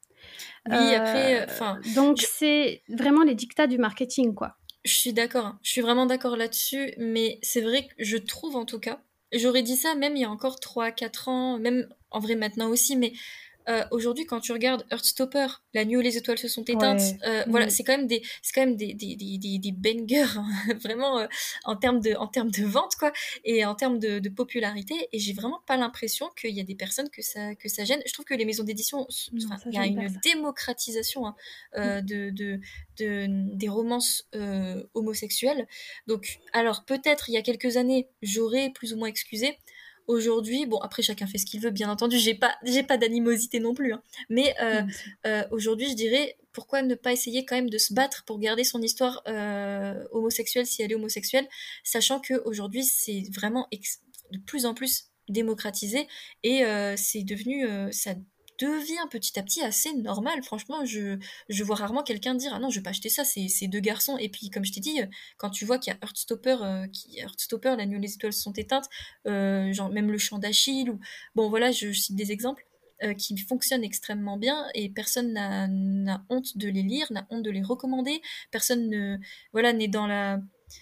Oui, après, enfin, Euh, donc je, c'est vraiment les dictats du marketing, quoi. je suis d'accord, hein. Je suis vraiment d'accord là-dessus, mais c'est vrai que je trouve en tout cas, j'aurais dit ça même il y a encore trois quatre ans, même en vrai maintenant aussi, mais euh, aujourd'hui quand tu regardes Heartstopper, La nuit où les étoiles se sont éteintes, Ouais. euh, voilà, Mm. c'est quand même des, c'est quand même des, des, des, des, des bangers, hein, vraiment euh, en termes de, en termes de vente quoi, et en termes de, de popularité, et j'ai vraiment pas l'impression qu'il y a des personnes que ça, que ça gêne. Je trouve que les maisons d'édition, Non, enfin, ça il y a gêne une personne. démocratisation hein, Mm. euh, de, de, de, des romances euh, homosexuelles. Donc, alors peut-être il y a quelques années, j'aurais plus ou moins excusé. Aujourd'hui, bon après chacun fait ce qu'il veut, bien entendu, j'ai pas, j'ai pas d'animosité non plus, hein. Mais euh, Bien sûr. euh, aujourd'hui, je dirais pourquoi ne pas essayer quand même de se battre pour garder son histoire euh, homosexuelle si elle est homosexuelle, sachant que aujourd'hui c'est vraiment ex- de plus en plus démocratisé et euh, c'est devenu, euh, ça devient petit à petit assez normal. Franchement, je, je vois rarement quelqu'un dire ah non, je vais pas acheter ça, c'est, c'est deux garçons. Et puis, comme je t'ai dit, quand tu vois qu'il y a Heartstopper, euh, qui, Heartstopper, La nuit où les étoiles sont éteintes, euh, genre même le chant d'Achille, ou bon voilà, je, je cite des exemples euh, qui fonctionnent extrêmement bien et personne n'a, n'a honte de les lire, n'a honte de les recommander. Personne ne, voilà, n'est dans la,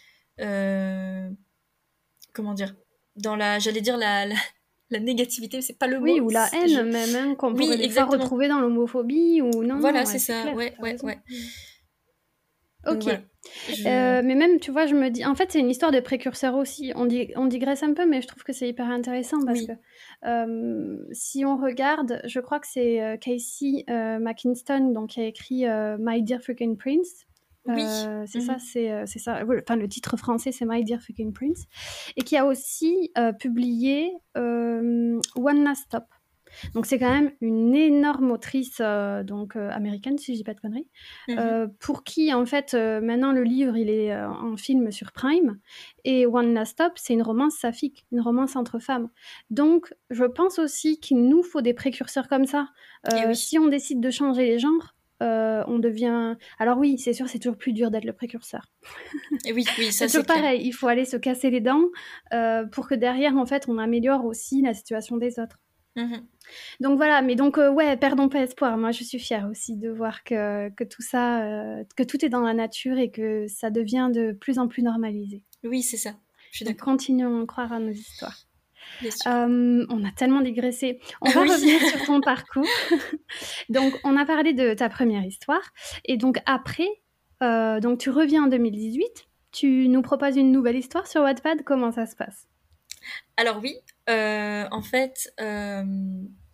euh, comment dire, dans la, j'allais dire la, la, la négativité, c'est pas le Oui, mot. ou la Je... haine même, hein, qu'on Oui, pourrait des fois exactement. retrouver dans l'homophobie, ou non, non, Voilà, ouais, c'est c'est ça. clair, Ouais, t'as ouais, raison. ouais. Mm. Donc Ok. voilà. Je... Euh, mais même, tu vois, je me dis... En fait, c'est une histoire de précurseur aussi. On, dit, on digresse un peu, mais je trouve que c'est hyper intéressant parce que Oui. euh, si on regarde, je crois que c'est euh, Casey euh, McKinston donc, qui a écrit euh, My Dear Freaking Prince. Oui. Euh, c'est Mhm. ça, c'est, euh, c'est ça. Enfin, le titre français, c'est My Dear Freaking Prince. Et qui a aussi euh, publié euh, One Last Stop. Donc c'est quand même une énorme autrice euh, donc euh, américaine si je dis pas de conneries, Mhm. euh, pour qui en fait euh, maintenant le livre il est euh, en film sur Prime, et One Last Stop c'est une romance saphique, une romance entre femmes. Donc je pense aussi qu'il nous faut des précurseurs comme ça. Et Euh, oui. si on décide de changer les genres, euh, on devient... Alors oui, c'est sûr, c'est toujours plus dur d'être le précurseur. Et oui, oui, C'est ça c'est toujours clair. pareil, il faut aller se casser les dents euh, pour que derrière, en fait, on améliore aussi la situation des autres. Mhm. Donc voilà, mais donc euh, ouais, perdons pas espoir. Moi, je suis fière aussi de voir que, que tout ça, euh, que tout est dans la nature et que ça devient de plus en plus normalisé. Oui, c'est ça. Je suis Donc d'accord. continuons à croire à nos histoires. Bien sûr. Euh, on a tellement digressé. On va Oui. revenir sur ton parcours. Donc, on a parlé de ta première histoire. Et donc après, euh, donc tu reviens en deux mille dix-huit. Tu nous proposes une nouvelle histoire sur Wattpad. Comment ça se passe? Alors oui, euh, en fait, euh,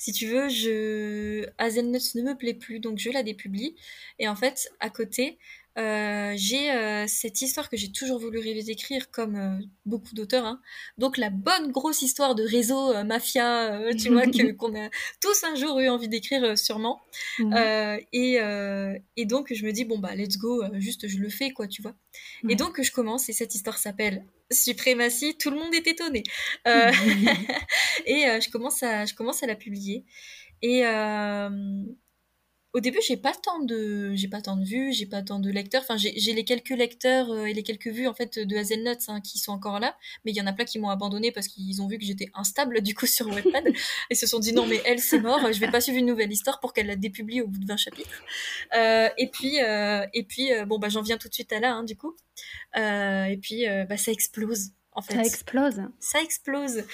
si tu veux, je Hazelnuts ne me plaît plus, donc je la dépublie. Et en fait, à côté, euh, j'ai euh, cette histoire que j'ai toujours voulu rêver d'écrire, comme euh, beaucoup d'auteurs, hein. Donc la bonne grosse histoire de réseau euh, mafia, euh, tu vois, que qu'on a tous un jour eu envie d'écrire euh, sûrement. Mhm. Euh, et euh, et donc je me dis bon bah let's go, euh, juste je le fais quoi, tu vois. Et Ouais. donc je commence et cette histoire s'appelle Suprématie. Tout le monde est étonné. Euh, et euh, je commence à je commence à la publier. Et euh, au début, j'ai pas tant de, j'ai pas tant de vues, j'ai pas tant de lecteurs. Enfin, j'ai, j'ai les quelques lecteurs euh, et les quelques vues en fait de Hazelnuts hein, qui sont encore là, mais il y en a plein qui m'ont abandonné parce qu'ils ont vu que j'étais instable du coup sur Wattpad et se sont dit non mais elle c'est mort, je vais pas suivre une nouvelle histoire pour qu'elle la dépublie au bout de vingt chapitres. Euh, et puis euh, et puis euh, bon bah j'en viens tout de suite à là hein, du coup. Euh, et puis euh, bah ça explose en Ça fait. explose. Ça explose.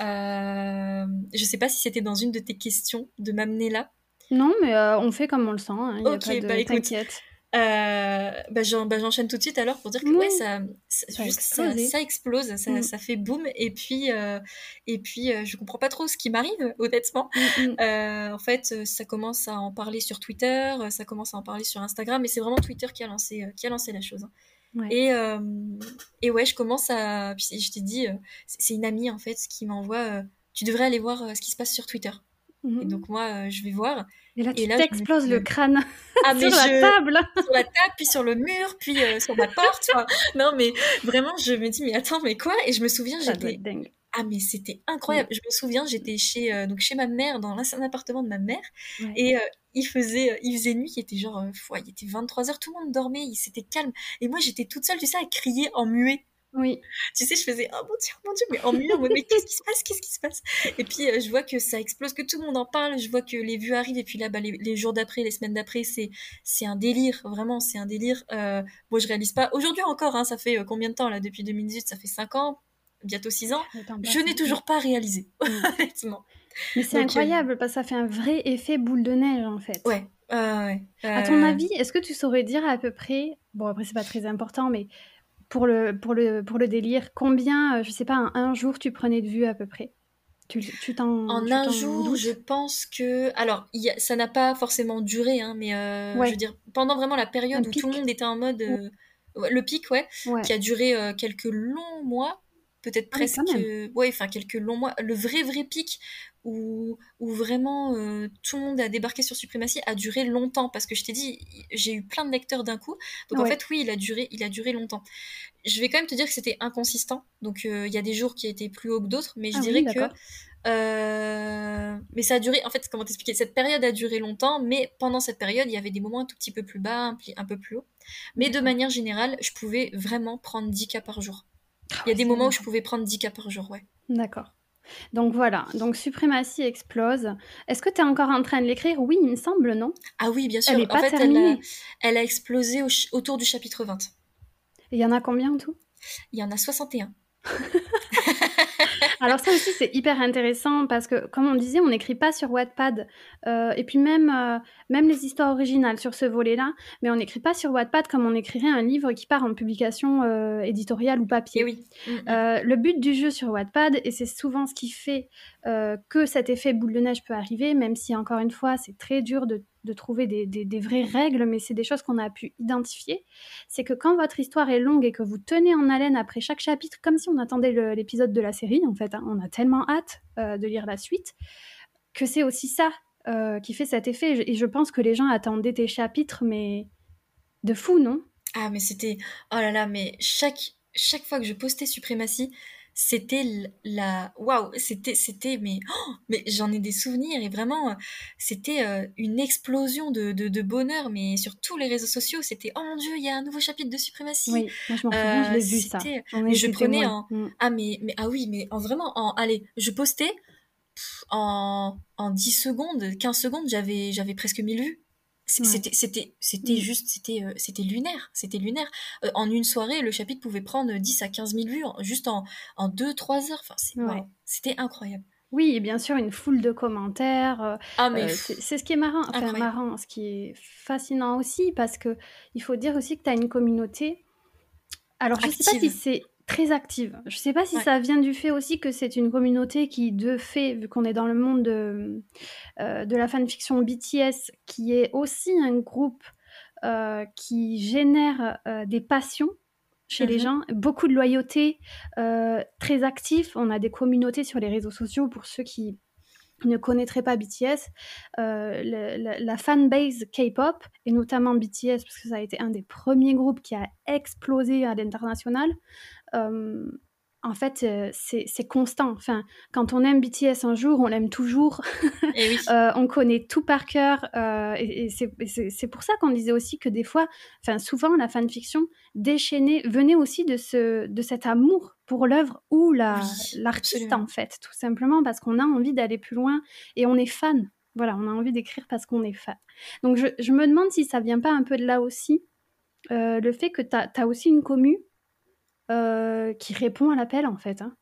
Euh, je sais pas si c'était dans une de tes questions de m'amener là. Non, mais euh, on fait comme on le sent, il n'y a Ok, pas bah de... écoute, T'inquiète. euh, bah, j'en- bah, j'enchaîne tout de suite alors pour dire que ouais, Oui, ça, ça- ça a juste ça, explosé. ça explose, ça, Mm, ça fait boum et puis euh, et puis euh, je comprends pas trop ce qui m'arrive honnêtement. mm, mm. Euh, en fait, euh, ça commence à en parler sur Twitter, euh, ça commence à en parler sur Instagram, mais c'est vraiment Twitter qui a lancé euh, qui a lancé la chose, hein. Ouais. Et euh, et ouais, je commence à, puis je t'ai dit, euh, c'est c'est une amie en fait qui m'envoie, euh, tu devrais aller voir euh, ce qui se passe sur Twitter. Et Mhm. donc moi, euh, je vais voir. Et là, Et tu là, je me t'exploses dis, le euh, crâne ah mais sur la je table. sur la table, puis sur le mur, puis euh, sur ma porte. Enfin, non mais vraiment, je me dis mais attends mais quoi? Et je me souviens, Ça doit j'étais être dingue. ah mais c'était Mm. incroyable. Je me souviens, j'étais chez euh, donc chez ma mère dans l'ancien appartement de ma mère Ouais. et euh, il faisait euh, il faisait nuit, il était genre euh, ouais, il était vingt-trois heures, tout le monde dormait, il s'était calme et moi j'étais toute seule, tu sais, à crier en muet. Oui. Tu sais, je faisais oh mon dieu, mon dieu, mais en muet, en mode, mais qu'est-ce qui se passe, qu'est-ce qui se passe? Et puis euh, je vois que ça explose, que tout le monde en parle, je vois que les vues arrivent et puis là bah, les, les jours d'après, les semaines d'après, c'est c'est un délire, vraiment, c'est un délire. Euh, bon, je réalise pas aujourd'hui encore, hein, ça fait euh, combien de temps là depuis deux mille dix-huit, ça fait cinq ans, bientôt six ans. Le temps Je passe, n'ai hein. Mm. toujours pas réalisé, Mm. honnêtement. Mais c'est Donc euh, incroyable parce que ça fait un vrai effet boule de neige en fait. ouais, euh, ouais. À ton Euh, avis, est-ce que tu saurais dire à peu près, bon après c'est pas très important, mais pour le, pour le, pour le délire, combien, euh, je sais pas, en un jour tu prenais de vues à peu près? Tu, tu t'en, En tu un t'en jour, je doutes? pense que... Alors, il y a- ça n'a pas forcément duré, hein, mais euh, je veux Ouais, dire, pendant vraiment la un période où tout le pic. monde était en mode... Ouais. euh, ouais, le pic, ouais, qui Ouais. a duré euh, quelques longs mois, peut-être Ah oui, quand presque... même. Ouais, enfin, quelques longs mois. Le vrai, vrai pic où, où vraiment euh, tout le monde a débarqué sur Suprématie a duré longtemps, parce que je t'ai dit, j'ai eu plein de lecteurs d'un coup. Donc en Ouais. fait, oui, il a duré, il a duré longtemps. Je vais quand même te dire que c'était inconsistant. Donc euh, il y a des jours qui étaient plus hauts que d'autres, mais je Ah oui, dirais que d'accord. euh, mais ça a duré, en fait, comment t'expliquer? Cette période a duré longtemps, mais pendant cette période, il y avait des moments un tout petit peu plus bas, un, pli- un peu plus haut. Mais de D'accord. manière générale, je pouvais vraiment prendre dix cas par jour. Ah Il y a ouais, des c'est moments où je énorme. pouvais prendre dix cas par jour, ouais. D'accord. Donc voilà, donc Suprématie explose. Est-ce que tu es encore en train de l'écrire? Oui, il me semble, non? Ah oui, bien Elle sûr. est En pas fait, elle a, terminée. elle a explosé au ch- autour du chapitre vingt. Il y en a combien en tout? Il y en a soixante et un. Alors ça aussi, c'est hyper intéressant parce que, comme on disait, on n'écrit pas sur Wattpad. Euh, et puis même, euh, même les histoires originales sur ce volet-là, mais on n'écrit pas sur Wattpad comme on écrirait un livre qui part en publication euh, éditoriale ou Et papier. oui. Mm, mm. Euh, le but du jeu sur Wattpad, et c'est souvent ce qui fait euh, que cet effet boule de neige peut arriver, même si encore une fois c'est très dur de, de trouver des, des, des vraies règles, mais c'est des choses qu'on a pu identifier, c'est que quand votre histoire est longue et que vous tenez en haleine après chaque chapitre, comme si on attendait le, l'épisode de la série, en fait, hein, on a tellement hâte euh, de lire la suite, que c'est aussi ça euh, qui fait cet effet, et je pense que les gens attendaient tes chapitres, mais de fou, non? Ah, mais c'était... Oh là là, mais chaque, chaque fois que je postais Suprématie, c'était l- la... Waouh, c'était... c'était mais, oh, mais j'en ai des souvenirs et vraiment, euh, c'était euh, une explosion de, de, de bonheur, mais sur tous les réseaux sociaux, c'était «Oh mon Dieu, il y a un nouveau chapitre de Suprématie!» Oui, moi je m'en souviens, je Euh, l'ai vu ça, c'était... j'en ai Mais je été prenais témoin. en... Mm. Ah, mais, mais... Ah oui, mais en vraiment, en... Allez, je postais, en, en dix secondes, quinze secondes, j'avais, j'avais presque mille vues. Ouais. C'était, c'était, c'était Mm. juste, c'était, euh, c'était lunaire, c'était lunaire. Euh, en une soirée, le chapitre pouvait prendre dix à quinze mille vues, en- juste en, en deux trois heures. Enfin, c'est, Ouais. waouh, c'était incroyable. Oui, et bien sûr, une foule de commentaires. euh, Ah, mais euh, pff, c'est c'est ce qui est marrant, enfin incroyable. marrant, ce qui est fascinant aussi, parce que il faut dire aussi que tu as une communauté. Alors, je sais pas si Active. c'est très active. Je sais pas si Ouais. ça vient du fait aussi que c'est une communauté qui, de fait, vu qu'on est dans le monde de, heu, de la fanfiction B T S, qui est aussi un groupe, heu, qui génère, heu, des passions chez les Mmh. gens, beaucoup de loyauté, heu, très actif. On a des communautés sur les réseaux sociaux pour ceux qui ne connaîtraient pas B T S. Heu, le la la fanbase K-pop et notamment B T S parce que ça a été un des premiers groupes qui a explosé à l'international. Hem, en fait, heu, c'est c'est constant. Enfin, quand on aime B T S un jour, on l'aime toujours. Et oui. Heu, on connaît tout par cœur, heu et et c'est et c'est c'est pour ça qu'on disait aussi que des fois, enfin souvent la fanfiction déchaînait venait aussi de ce de cet amour pour l'œuvre ou la Oui, l'artiste, absolument. en fait, tout simplement parce qu'on a envie d'aller plus loin et on est fan. Voilà, on a envie d'écrire parce qu'on est fan. Donc je je me demande si ça vient pas un peu de là aussi, heu, le fait que tu as tu as aussi une commu, heu, qui répond à l'appel, en fait, hein.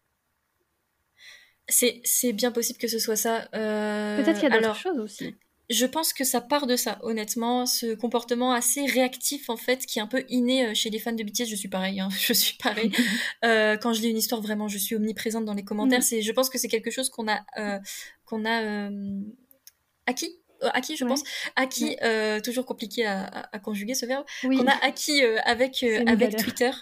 C'est c'est bien possible que ce soit ça. Peut-être Heu, qu'il y a d'autres alors choses aussi. je pense que ça part de ça, honnêtement, ce comportement assez réactif, en fait, qui est un peu inné, heu, chez les fans de B T S. Je suis pareille, hein, je suis pareille. Heu, quand je lis une histoire, vraiment, je suis omniprésente dans les commentaires. Mmh. C'est je pense que c'est quelque chose qu'on a, heu, qu'on a, hem, acquis, heu, acquis, je pense, Ouais, acquis, ouais. heu, toujours compliqué à à à conjuguer ce verbe, qu'on Oui, a acquis, heu, avec, heu, c'est une avec valeur. Twitter.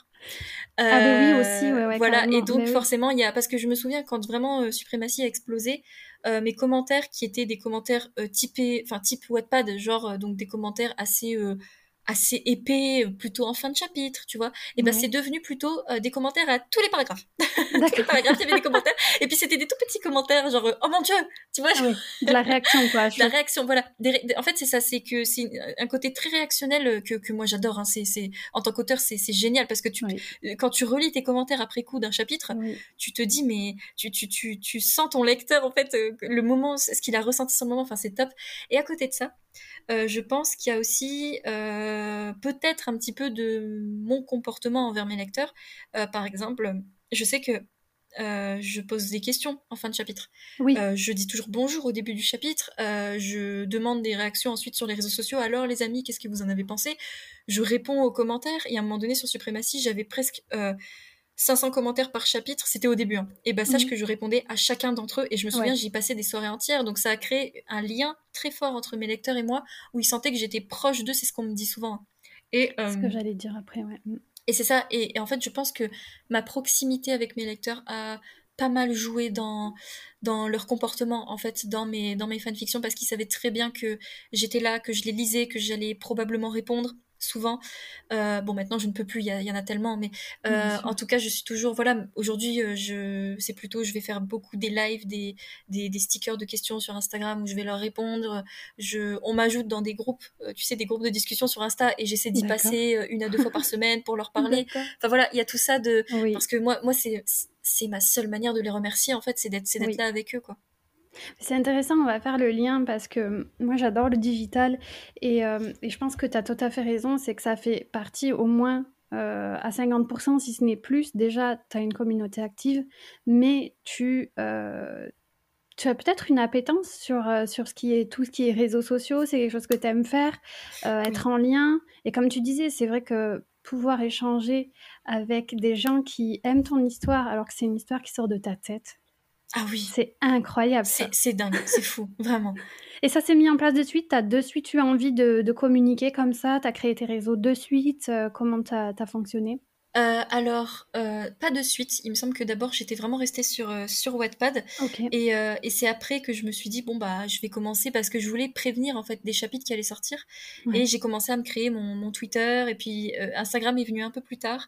Ah beh, oui aussi, Heu, ouais, ouais, voilà et carrément. donc Beh, oui. forcément, il y a parce que je me souviens quand vraiment, heu, Supremacy a explosé, heu, mes commentaires qui étaient des commentaires, heu, typés enfin type Wattpad, genre, heu, donc des commentaires assez, heu, assez épais, heu, plutôt en fin de chapitre, tu vois? Et ben c'est Ouais. devenu plutôt, heu, des commentaires à tous les paragraphes. Tous les D'accord. paragraphes, il y avait des commentaires et puis c'était des tout petits commentaires genre, heu: «Oh mon Dieu!» tu vois? Ah oui, de la réaction quoi, à De la chaud. réaction, voilà. Des ré des en fait, c'est ça, c'est que c'est une un côté très réactionnel, heu, que que moi j'adore, hein. C'est c'est en tant qu'auteur, c'est c'est génial parce que tu Oui, heu, quand tu relis tes commentaires après coup d'un chapitre, oui. tu te dis mais tu tu tu tu sens ton lecteur en fait, heu, que le moment, ce qu'il a ressenti sur le moment, enfin c'est top et à côté de ça, heu, je pense qu'il y a aussi, heu, peut-être un petit peu de mon comportement envers mes lecteurs. Heu, par exemple, je sais que, heu, je pose des questions en fin de chapitre. Oui, Heu, je dis toujours bonjour au début du chapitre, heu, je demande des réactions ensuite sur les réseaux sociaux: «Alors les amis, qu'est-ce que vous en avez pensé?» Je réponds aux commentaires et à un moment donné sur Supremacy, j'avais presque, heu, cinq cents commentaires par chapitre, c'était au début, hein et bah, sache mmh, que je répondais à chacun d'entre eux et je me souviens, ouais, j'y passais des soirées entières, donc ça a créé un lien très fort entre mes lecteurs et moi, où ils sentaient que j'étais proche d'eux, c'est ce qu'on me dit souvent, hein et c'est ce que hem j'allais dire après, ouais. Mmh. et c'est ça et et en fait, je pense que ma proximité avec mes lecteurs a pas mal joué dans dans leur comportement, en fait, dans mes dans mes fanfictions parce qu'ils savaient très bien que j'étais là, que je les lisais, que j'allais probablement répondre souvent. Heu, bon, maintenant, je ne peux plus, il y a il y en a tellement, mais Bien heu, en sûr. tout cas, je suis toujours voilà, m aujourd'hui, heu, je c'est plutôt je vais faire beaucoup des lives, des des des stickers de questions sur Instagram où je vais leur répondre. Je on m'ajoute dans des groupes, heu, tu sais, des groupes de discussion sur Insta et j'essaie d'y D'accord. passer, heu, une à deux fois par semaine pour leur parler. D'accord. Enfin voilà, il y a tout ça de Oui, parce que moi moi c'est c'est ma seule manière de les remercier en fait, c'est d'être c'est d'être oui. là avec eux quoi. C'est intéressant, on va faire le lien parce que, mmh, moi j'adore le digital et hem et je pense que tu as tout à fait raison, c'est que ça fait partie au moins, heu, à cinquante si ce n'est plus. Déjà, tu as une communauté active, mais tu, heu, tu as peut-être une appétence sur, heu, sur ce qui est tout ce qui est réseaux sociaux, c'est quelque chose que tu aimes faire, heu, être Oui. en lien et comme tu disais, c'est vrai que pouvoir échanger avec des gens qui aiment ton histoire alors que c'est une histoire qui sort de ta tête, Ah oui, c'est incroyable c'est ça. c'est dingue, c'est fou, vraiment. Et ça s'est mis en place de suite? Tu as de suite eu envie de de communiquer comme ça? Tu as créé tes réseaux de suite? Heu, comment tu as tu as fonctionné? Heu, alors, heu, pas de suite. Il me semble que d'abord j'étais vraiment restée sur, heu, sur Wattpad OK, et heu et c'est après que je me suis dit: «Bon bah, je vais commencer» parce que je voulais prévenir en fait des chapitres qui allaient sortir et ouais. j'ai commencé à me créer mon mon Twitter et puis, heu, Instagram est venu un peu plus tard.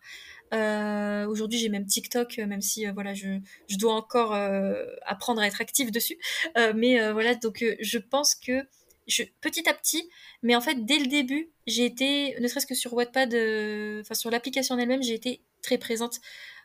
Heu, aujourd'hui j'ai même TikTok, heu, même si, heu, voilà je je dois encore, heu, apprendre à être active dessus. Heu, mais, heu, voilà donc, heu, je pense que je petit à petit mais en fait, dès le début, j'ai été, ne serait-ce que sur Wattpad, heu, enfin sur l'application en elle-même, j'ai été très présente,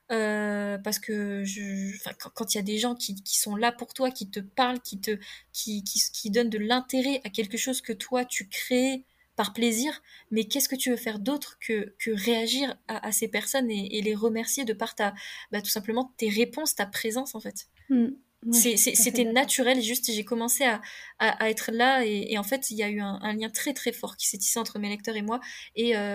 heu, parce que je enfin quand quand il y a des gens qui qui sont là pour toi, qui te parlent, qui te qui qui s qui donnent de l'intérêt à quelque chose que toi tu crées par plaisir, mais qu'est-ce que tu veux faire d'autre que que réagir à à ces personnes et et les remercier de par ta bah, tout simplement tes réponses, ta présence en fait. Mmh. Ouais, je C'est suis c'est tout à fait c'était d'accord. naturel, juste j'ai commencé à à à être là et et en fait, il y a eu un un lien très, très fort qui s'est tissé entre mes lecteurs et moi et heu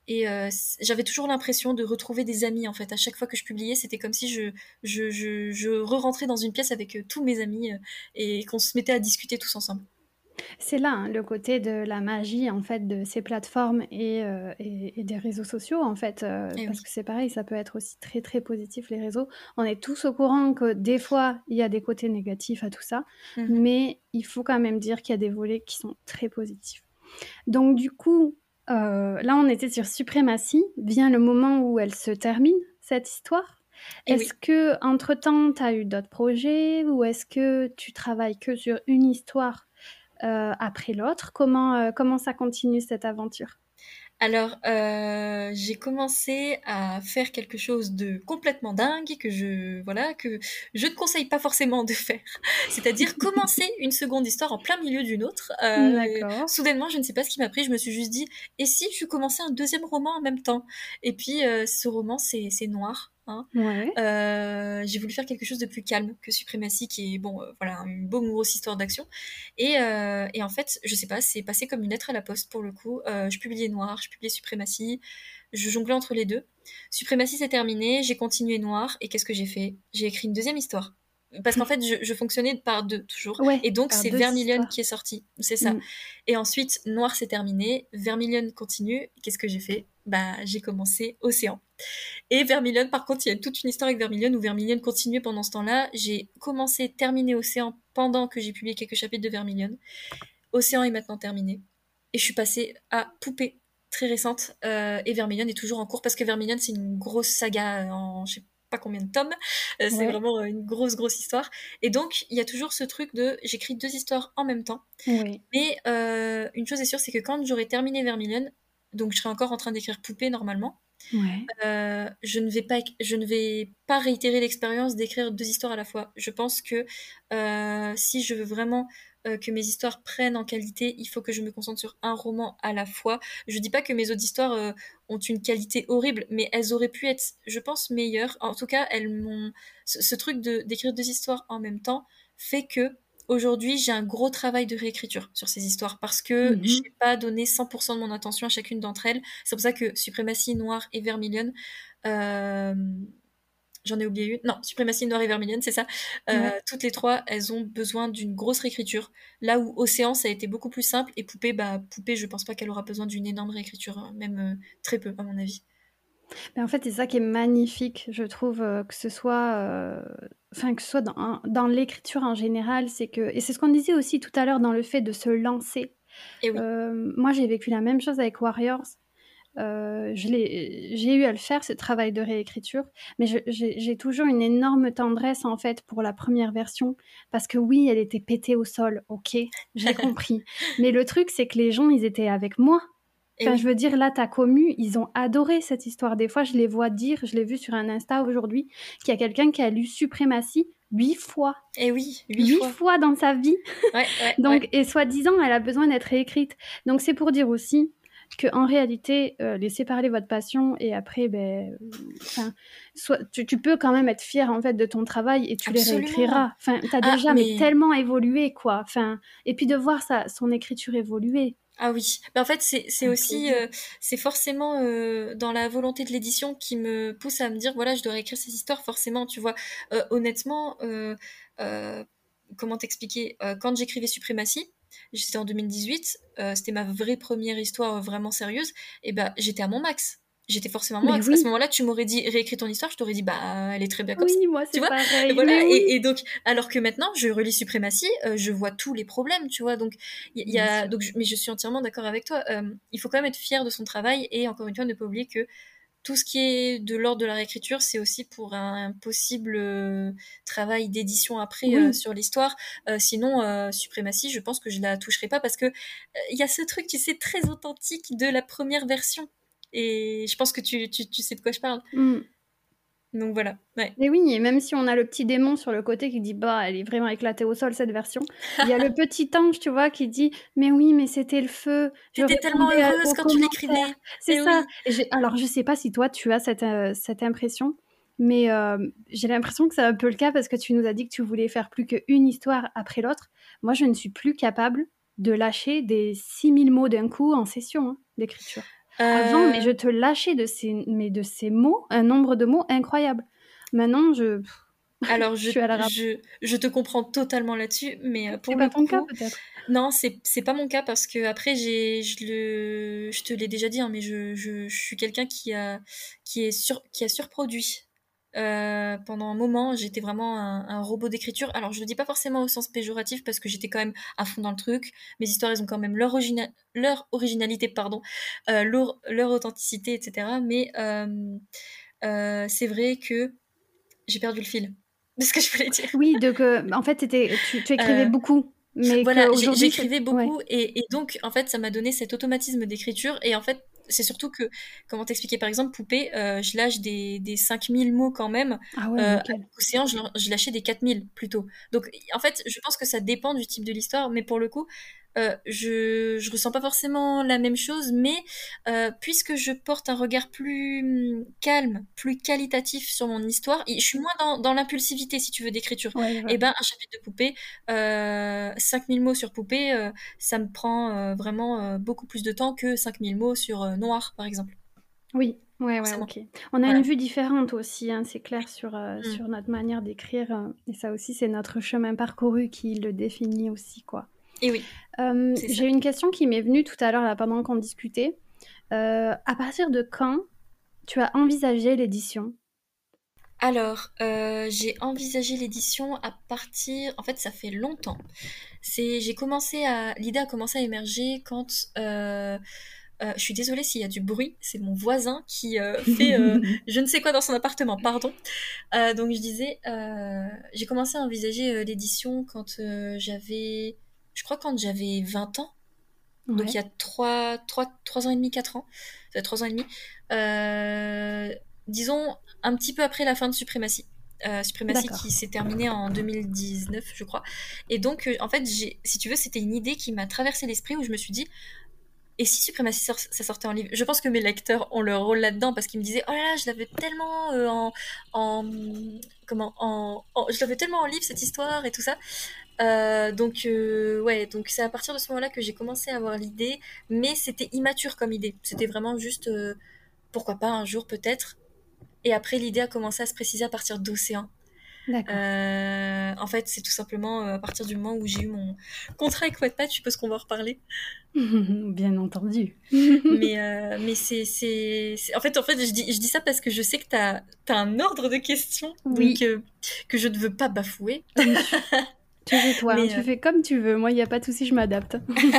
et heu, c j'avais toujours l'impression de retrouver des amis, en fait. À chaque fois que je publiais, c'était comme si je je je je re-rentrais dans une pièce avec, heu, tous mes amis, heu, et qu'on se mettait à discuter tous ensemble. C'est là, hein, le côté de la magie, en fait, de ces plateformes et heu et et des réseaux sociaux, en fait, heu, Et parce oui. que c'est pareil, ça peut être aussi très, très positif, les réseaux. On est tous au courant que, des fois, il y a des côtés négatifs à tout ça, Mmh mh. mais il faut quand même dire qu'il y a des volets qui sont très positifs. Donc du coup, heu, là, on était sur Supremacy. Vient le moment où elle se termine, cette histoire. Et Est-ce oui. qu'entre-temps, tu as eu d'autres projets ou est-ce que tu travailles que sur une histoire, heu, après l'autre? Comment, heu, comment ça continue cette aventure? Alors, heu, j'ai commencé à faire quelque chose de complètement dingue que je voilà, que je ne conseille pas forcément de faire. C'est-à-dire commencer une seconde histoire en plein milieu d'une autre. Heu, D'accord. soudainement, je ne sais pas ce qui m'a pris, je me suis juste dit: «Et si je commençais un deuxième roman en même temps?» et puis, heu, ce roman, c'est c'est Noir, hein. Ouais. Heu, j'ai voulu faire quelque chose de plus calme que Supremacy qui est bon, heu, voilà, une bonne grosse histoire d'action et heu et en fait, je sais pas, c'est passé comme une lettre à la poste pour le coup. Heu, je publiais Noir, je publiais Supremacy, je jonglais entre les deux. Supremacy, c'est terminé, j'ai continué Noir et qu'est-ce que j'ai fait? J'ai écrit une deuxième histoire. Parce qu'en fait, je je fonctionnais par deux toujours Ouais, et donc par c'est deux Vermilion histoires. qui est sorti. C'est ça Mmh. et ensuite Noir, c'est terminé, Vermilion continue. Qu'est-ce que j'ai fait? Bah, j'ai commencé Océan et Vermilion, par contre, il y a toute une histoire avec Vermilion où Vermilion continuait pendant ce temps-là. J'ai commencé, terminé Océan pendant que j'ai publié quelques chapitres de Vermilion. Océan est maintenant terminé et je suis passée à Poupée, très récente, heu et Vermilion est toujours en cours parce que Vermilion, c'est une grosse saga en je sais pas combien de tomes. Heu, c'est Ouais. vraiment, heu, une grosse, grosse histoire et donc il y a toujours ce truc de j'écris deux histoires en même temps. Oui. Mais heu, une chose est sûre, c'est que quand j'aurai terminé Vermilion, donc je serai encore en train d'écrire Poupée normalement, Ouais. heu, je ne vais pas éc je ne vais pas réitérer l'expérience d'écrire deux histoires à la fois. Je pense que, heu, si je veux vraiment, heu, que mes histoires prennent en qualité, il faut que je me concentre sur un roman à la fois. Je dis pas que mes autres histoires, heu, ont une qualité horrible, mais elles auraient pu être, je pense, meilleures. En tout cas, elles m'ont ce ce truc de d'écrire deux histoires en même temps fait qu'aujourd'hui, j'ai un gros travail de réécriture sur ces histoires parce que Mmh mh. j'ai pas donné cent pour cent de mon attention à chacune d'entre elles. C'est pour ça que Supremacy, Noir et Vermilion, hem, j'en ai oublié une. Non, Supremacy, Noir et Vermilion, c'est ça. Heu, Ouais. toutes les trois, elles ont besoin d'une grosse réécriture. Là où Océan, ça a été beaucoup plus simple et Poupée, bah, Poupée, je pense pas qu'elle aura besoin d'une énorme réécriture, hein, même, heu, très peu à mon avis. Mais en fait, c'est ça qui est magnifique, je trouve, heu, que ce soit, heu, enfin, que ce soit dans dans l'écriture en général, c'est que et c'est ce qu'on disait aussi tout à l'heure dans le fait de se lancer. Et oui. Hem, moi, j'ai vécu la même chose avec Warriors. Heu, je l'ai j'ai eu à le faire, ce travail de réécriture, mais je j'ai j'ai toujours une énorme tendresse, en fait, pour la première version parce que oui, elle était pétée au sol, OK, j'ai compris. Mais le truc, c'est que les gens, ils étaient avec moi. Et Enfin, je oui. veux dire, là, ta commu, ils ont adoré cette histoire. Des fois, je les vois dire, je l'ai vu sur un Insta aujourd'hui, qu'il y a quelqu'un qui a lu Supremacy huit fois. Et oui, huit huit fois. fois dans sa vie. Ouais, ouais, ouais. Donc et soi-disant, elle a besoin d'être réécrite. Donc c'est pour dire aussi qu'en réalité, heu, laissez parler votre passion et après, beh, heu, enfin, soit tu tu peux quand même être fier, en fait, de ton travail et tu les Absolument. réécriras. Enfin, tu as Ah, déjà mais mais tellement évolué, quoi. Enfin et puis de voir sa son écriture évoluer. Ah oui, bah, en fait, c'est C'est c'est un aussi, plaisir. heu, c'est forcément, heu, dans la volonté de l'édition qui me pousse à me dire: «Voilà, je dois réécrire ces histoires», forcément, tu vois? Heu, honnêtement, heu heu, comment t'expliquer? Heu, quand j'écrivais Supremacy, c'était en deux mille dix-huit, heu, c'était ma vraie première histoire, heu, vraiment sérieuse et bah, j'étais à mon max. J'étais forcément à mon Mais max. À ce oui! moment-là, tu m'aurais dit: «Réécris ton histoire», je t'aurais dit: «Bah, elle est très bien comme ça», Oui, moi, tu c'est vois? pareil, Voilà mais et oui! et donc alors que maintenant, je relis Supremacy, heu, je vois tous les problèmes, tu vois? Donc il y il y Bien a sûr. donc je mais je suis entièrement d'accord avec toi. Hem, il faut quand même être fier de son travail et encore une fois, ne pas oublier que tout ce qui est de l'ordre de la réécriture, c'est aussi pour un possible, heu, travail d'édition après, heu, Oui. sur l'histoire. Heu, sinon, heu, Supremacy, je pense que je la toucherai pas parce que, heu, il y a ce truc, tu sais, très authentique de la première version et je pense que tu tu tu sais de quoi je parle. Mmh. Donc voilà, ouais. Mais oui et même si on a le petit démon sur le côté qui dit: «Bah, elle est vraiment éclatée au sol cette version», il y a le petit ange, tu vois, qui dit: «Mais oui, mais c'était le feu, je Tu étais tellement répondais à heureuse aux quand tu commentaires». l'écrivais C'est et ça oui. et j'ai alors je sais pas si toi tu as cette, heu, cette impression, mais hem, j'ai l'impression que c'est un peu le cas parce que tu nous as dit que tu voulais faire plus qu'une histoire après l'autre. Moi, je ne suis plus capable de lâcher des six mille mots d'un coup en session, hein, d'écriture. Avant, mais je Heu te lâchais de ces mais de ces mots, un nombre de mots incroyable. Maintenant, je Alors je je suis à la ramasse. je je te comprends totalement là-dessus, mais heu, C'est pour pas le ton cas coup, peut-être? non, c'est c'est pas mon cas parce qu'après j'ai je le je te l'ai déjà dit, hein, mais je je je suis quelqu'un qui a qui est sur qui a surproduit. Heu, pendant un moment, j'étais vraiment un un robot d'écriture. Alors je le dis pas forcément au sens péjoratif parce que j'étais quand même à fond dans le truc. Mes histoires, elles ont quand même leur origina leur originalité, pardon, heu, leur leur authenticité et cetera. Mais hem, heu, c'est vrai que j'ai perdu le fil de ce que je voulais dire. Oui, donc heu, en fait, tu étais tu tu écrivais Heu, beaucoup, mais voilà, j'ai qu'aujourd'hui c'est j'écrivais ouais. beaucoup et et donc en fait, ça m'a donné cet automatisme d'écriture et en fait, c'est surtout que comment t'expliquer? Par exemple, poupée, heu, je lâche des des cinq mille mots quand même, Ah heu, ouais, avec nickel. Océan, je lan je lâchais des quatre mille plutôt. Donc en fait, je pense que ça dépend du type de l'histoire, mais pour le coup, heu, je je ressens pas forcément la même chose, mais heu, puisque je porte un regard plus, mmh, calme, plus qualitatif sur mon histoire et je suis moins dans dans l'impulsivité, si tu veux, d'écriture Ouais, je et vois. ben, un chapitre de poupée, heu, cinq mille mots sur poupée, heu, ça me prend, heu, vraiment, heu, beaucoup plus de temps que cinq mille mots sur, heu, noir, par exemple. Oui, ouais, ouais, Forcément. OK. On a une Voilà. vue différente aussi, hein, c'est clair sur, heu, Mmh. sur notre manière d'écrire, heu et ça aussi, c'est notre chemin parcouru qui le définit aussi, quoi. Et oui, Hem, c'est ça. j'ai une question qui m'est venue tout à l'heure, là, pendant qu'on discutait. Heu, à partir de quand tu as envisagé l'édition? Alors, heu, j'ai envisagé l'édition à partir en fait, ça fait longtemps. C'est j'ai commencé à l'idée a commencé à émerger quand, heu heu, je suis désolée s'il y a du bruit, c'est mon voisin qui, heu, fait, heu, je ne sais quoi dans son appartement, pardon. Heu, donc je disais, heu, j'ai commencé à envisager, heu, l'édition quand, heu, j'avais je crois quand j'avais vingt ans, donc il y Ouais, a trois trois trois ans et demi, quatre ans, ça fait trois ans et demi. Heu, disons un petit peu après la fin de Suprématie. Heu, Suprématie d'accord. qui s'est terminée en deux mille dix-neuf, je crois. Et donc, heu, en fait, j'ai si tu veux, c'était une idée qui m'a traversé l'esprit où je me suis dit: «Et si Suprématie sor ça sortait en livre?» Je pense que mes lecteurs ont leur rôle là-dedans parce qu'ils me disaient: «Oh là là, je l'avais tellement, heu, en en mmh, comment? En en je l'avais tellement en livre cette histoire et tout ça». Heu, donc heu, ouais, donc c'est à partir de ce moment-là que j'ai commencé à avoir l'idée, mais c'était immature comme idée. C'était vraiment juste, heu, pourquoi pas un jour peut-être. Et après l'idée a commencé à se préciser à partir d'Océan. D'accord. Heu, en fait, c'est tout simplement, heu, à partir du moment où j'ai eu mon contrat avec Wattpad, je suppose qu'on va en reparler. Bien entendu. Mais heu, mais c'est c'est c'est en fait en fait, je dis je dis ça parce que je sais que tu as tu as un ordre de questions, donc Oui, heu, que je ne veux pas bafouer. oui. Tu fais toi, hein, Mais tu heu fais comme tu veux. Moi, il y a pas de souci, je m'adapte.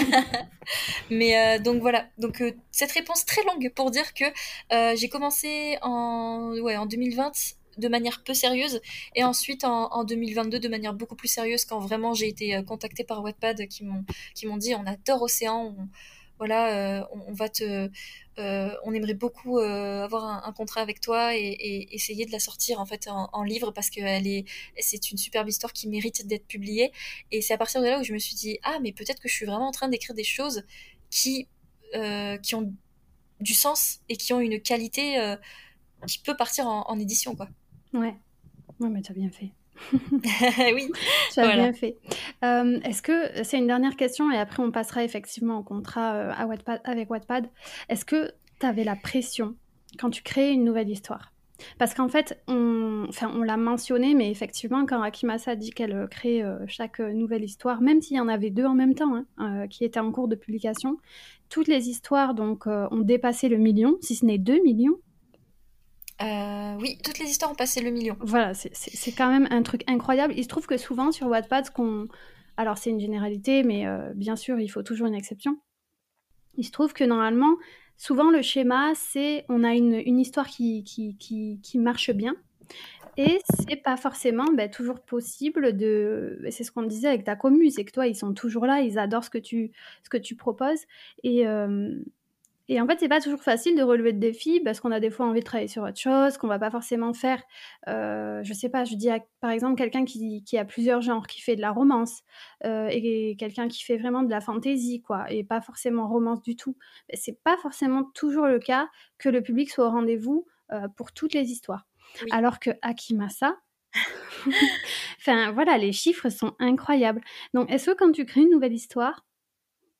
Mais euh, donc voilà, donc euh, cette réponse très longue pour dire que euh, j'ai commencé en, ouais, en deux mille vingt de manière peu sérieuse et ensuite en, en deux mille vingt-deux de manière beaucoup plus sérieuse quand vraiment j'ai été euh, contactée par Wattpad qui m'ont qui m'ont dit on adore Océan, on, voilà, euh, on, on va te, euh, on aimerait beaucoup euh, avoir un, un contrat avec toi et, et essayer de la sortir en fait en, en livre parce que elle est, c'est une superbe histoire qui mérite d'être publiée. Et c'est à partir de là où je me suis dit ah mais peut-être que je suis vraiment en train d'écrire des choses qui, euh, qui ont du sens et qui ont une qualité euh, qui peut partir en, en édition, quoi. Ouais. Ouais, mais tu as bien fait. Oui, Tu as voilà. bien fait. Hem, est-ce que c'est une dernière question et après on passera effectivement au contrat, heu, à Wattpad avec Wattpad. Est-ce que tu avais la pression quand tu créais une nouvelle histoire? Parce qu'en fait, on enfin, on l'a mentionné, mais effectivement, quand Akimasa dit qu'elle, heu, crée, heu, chaque, heu, nouvelle histoire, même s'il y en avait deux en même temps, hein, heu, qui étaient en cours de publication, toutes les histoires donc, heu, ont dépassé le million, si ce n'est deux millions. Euh, oui, toutes les histoires ont passé le million. Voilà, c'est c'est c'est quand même un truc incroyable. Il se trouve que souvent sur Wattpad, ce qu'on alors c'est une généralité, mais heu, bien sûr, il faut toujours une exception. Il se trouve que normalement, souvent le schéma, c'est on a une une histoire qui qui qui qui marche bien et c'est pas forcément, beh, toujours possible de beh, c'est ce qu'on disait avec ta commu, c'est que toi, ils sont toujours là, ils adorent ce que tu ce que tu proposes et hem et en fait, c'est pas toujours facile de relever le défi parce qu'on a des fois envie de travailler sur autre chose, qu'on va pas forcément faire, heu, je sais pas, je dis à par exemple quelqu'un qui qui a plusieurs genres, qui fait de la romance, heu et quelqu'un qui fait vraiment de la fantaisie quoi et pas forcément romance du tout. Beh, c'est pas forcément toujours le cas que le public soit au rendez-vous, heu, pour toutes les histoires. Oui. Alors que Akimasa, enfin voilà, les chiffres sont incroyables. Donc est-ce que quand tu crées une nouvelle histoire,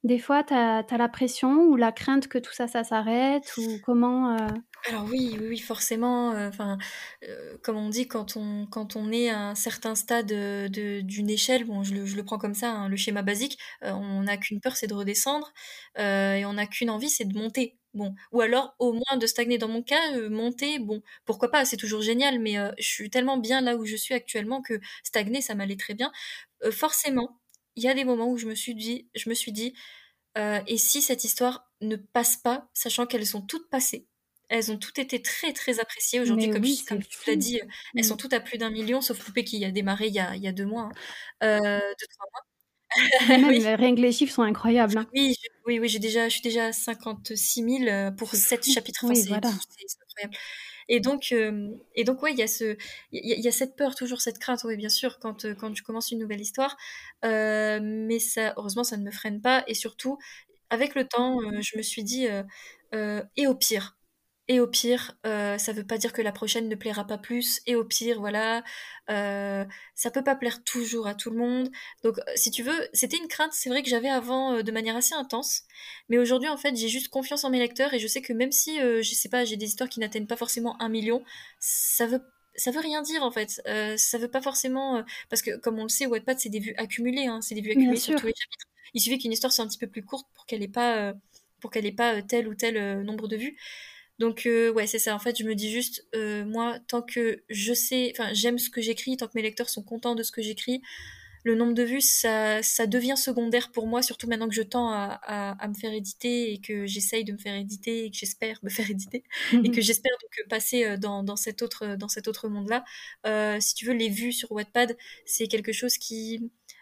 Des fois, tu as tu as la pression ou la crainte que tout ça, ça s'arrête ou comment, heu? Alors oui, oui, oui, forcément, heu, enfin, heu, comme on dit, quand on quand on est à un certain stade, heu, de d'une échelle, bon, je le je le prends comme ça, hein, le schéma basique, heu, on n'a qu'une peur, c'est de redescendre, heu et on n'a qu'une envie, c'est de monter. Bon, ou alors au moins de stagner. Dans mon cas, heu, monter, bon, pourquoi pas, c'est toujours génial, mais heu, je suis tellement bien là où je suis actuellement que stagner, ça m'allait très bien. Heu, forcément, il y a des moments où je me suis dit je me suis dit: «Heu, et si cette histoire ne passe pas?» sachant qu'elles sont toutes passées. Elles ont toutes été très, très appréciées. Aujourd'hui, Mais comme oui, je c'est comme tu l'as fou. dit, heu, elles Mmh. sont toutes à plus d'un million, sauf Poupée qui a démarré il y a il y a deux mois, hein, heu, deux trois mois. Mais même, Oui. rien que les chiffres sont incroyables, hein. Oui, je oui, oui, j'ai déjà je suis déjà à cinquante-six mille, heu, pour C'est sept fou. chapitres. Enfin, Oui, c'est voilà. c'est c'est incroyable et donc hem et donc ouais, il y a ce il y a il y a cette peur, toujours cette crainte, oui, bien sûr, quand, heu, quand je commence une nouvelle histoire, heu, mais ça heureusement, ça ne me freine pas et surtout, avec le temps, heu, je me suis dit, heu heu: «Et au pire? Et au pire, heu, ça veut pas dire que la prochaine ne plaira pas plus et au pire, voilà, heu, ça peut pas plaire toujours à tout le monde». Donc, heu, si tu veux, c'était une crainte, c'est vrai que j'avais avant, heu, de manière assez intense, mais aujourd'hui, en fait, j'ai juste confiance en mes lecteurs et je sais que même si, heu, je sais pas, j'ai des histoires qui n'atteignent pas forcément un million, ça veut ça veut rien dire, en fait. Heu, ça veut pas forcément, heu parce que comme on le sait, Wattpad, c'est des vues accumulées, hein, c'est des vues Bien accumulées sur tous sûr. les chapitres. Il suffit qu'une histoire soit un petit peu plus courte pour qu'elle ait pas, heu, pour qu'elle ait pas, heu, tel ou tel, heu, nombre de vues. Donc heu, ouais, c'est ça. En fait, je me dis juste, heu, moi, tant que je sais enfin, j'aime ce que j'écris, tant que mes lecteurs sont contents de ce que j'écris, le nombre de vues, ça ça devient secondaire pour moi, surtout maintenant que je tends à à à me faire éditer et que j'essaye de me faire éditer et que j'espère me faire éditer et que j'espère donc, heu, passer, heu, dans dans cet autre, heu, dans cet autre monde-là. Heu, si tu veux, les vues sur Wattpad, c'est quelque chose qui,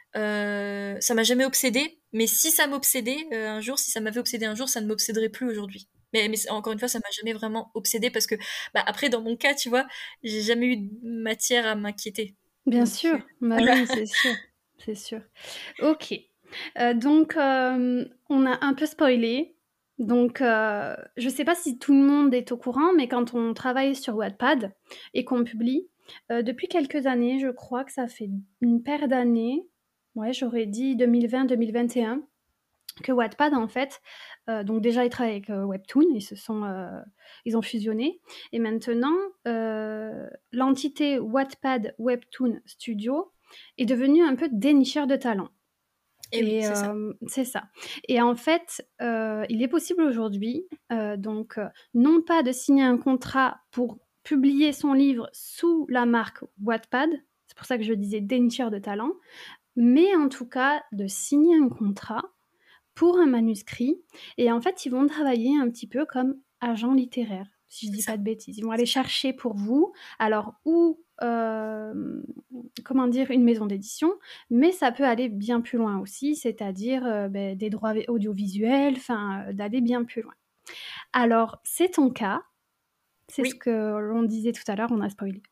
heu, ça m'a jamais obsédée, mais si ça m'obsédait, heu, un jour, si ça m'avait obsédée un jour, ça ne m'obséderait plus aujourd'hui. Mais mais c'est encore une fois, ça m'a jamais vraiment obsédée parce que, bah, après dans mon cas, tu vois, j'ai jamais eu de matière à m'inquiéter. Bien Donc heu, sûr, bah, voilà. oui, c'est sûr, c'est sûr. OK, heu, donc hem, on a un peu spoilé, donc heu, je sais pas si tout le monde est au courant, mais quand on travaille sur Wattpad et qu'on publie, heu, depuis quelques années, je crois que ça fait une paire d'années, ouais, j'aurais dit deux mille vingt-deux mille vingt et un, que Wattpad, en fait, heu, donc déjà, ils travaillent avec, heu, Webtoon, ils se sont, heu, ils ont fusionné et maintenant, heu, l'entité Wattpad Webtoon Studio est devenue un peu dénicheur de talent Et oui, et c'est ça. hem, c'est ça et en fait, heu, il est possible aujourd'hui, heu, donc heu, non pas de signer un contrat pour publier son livre sous la marque Wattpad, c'est pour ça que je disais dénicheur de talent, mais en tout cas de signer un contrat pour un manuscrit et en fait, ils vont travailler un petit peu comme agents littéraires, si je C'est dis pas ça, de bêtises. Ils vont aller c'est ça. chercher pour vous, alors ou hem, comment dire? Une maison d'édition, mais ça peut aller bien plus loin aussi, c'est-à-dire, heu, beh, des droits vé audiovisuels, enfin, heu, d'aller bien plus loin. Alors, c'est ton cas, c'est ce Oui. que l'on disait tout à l'heure, on a spoilé.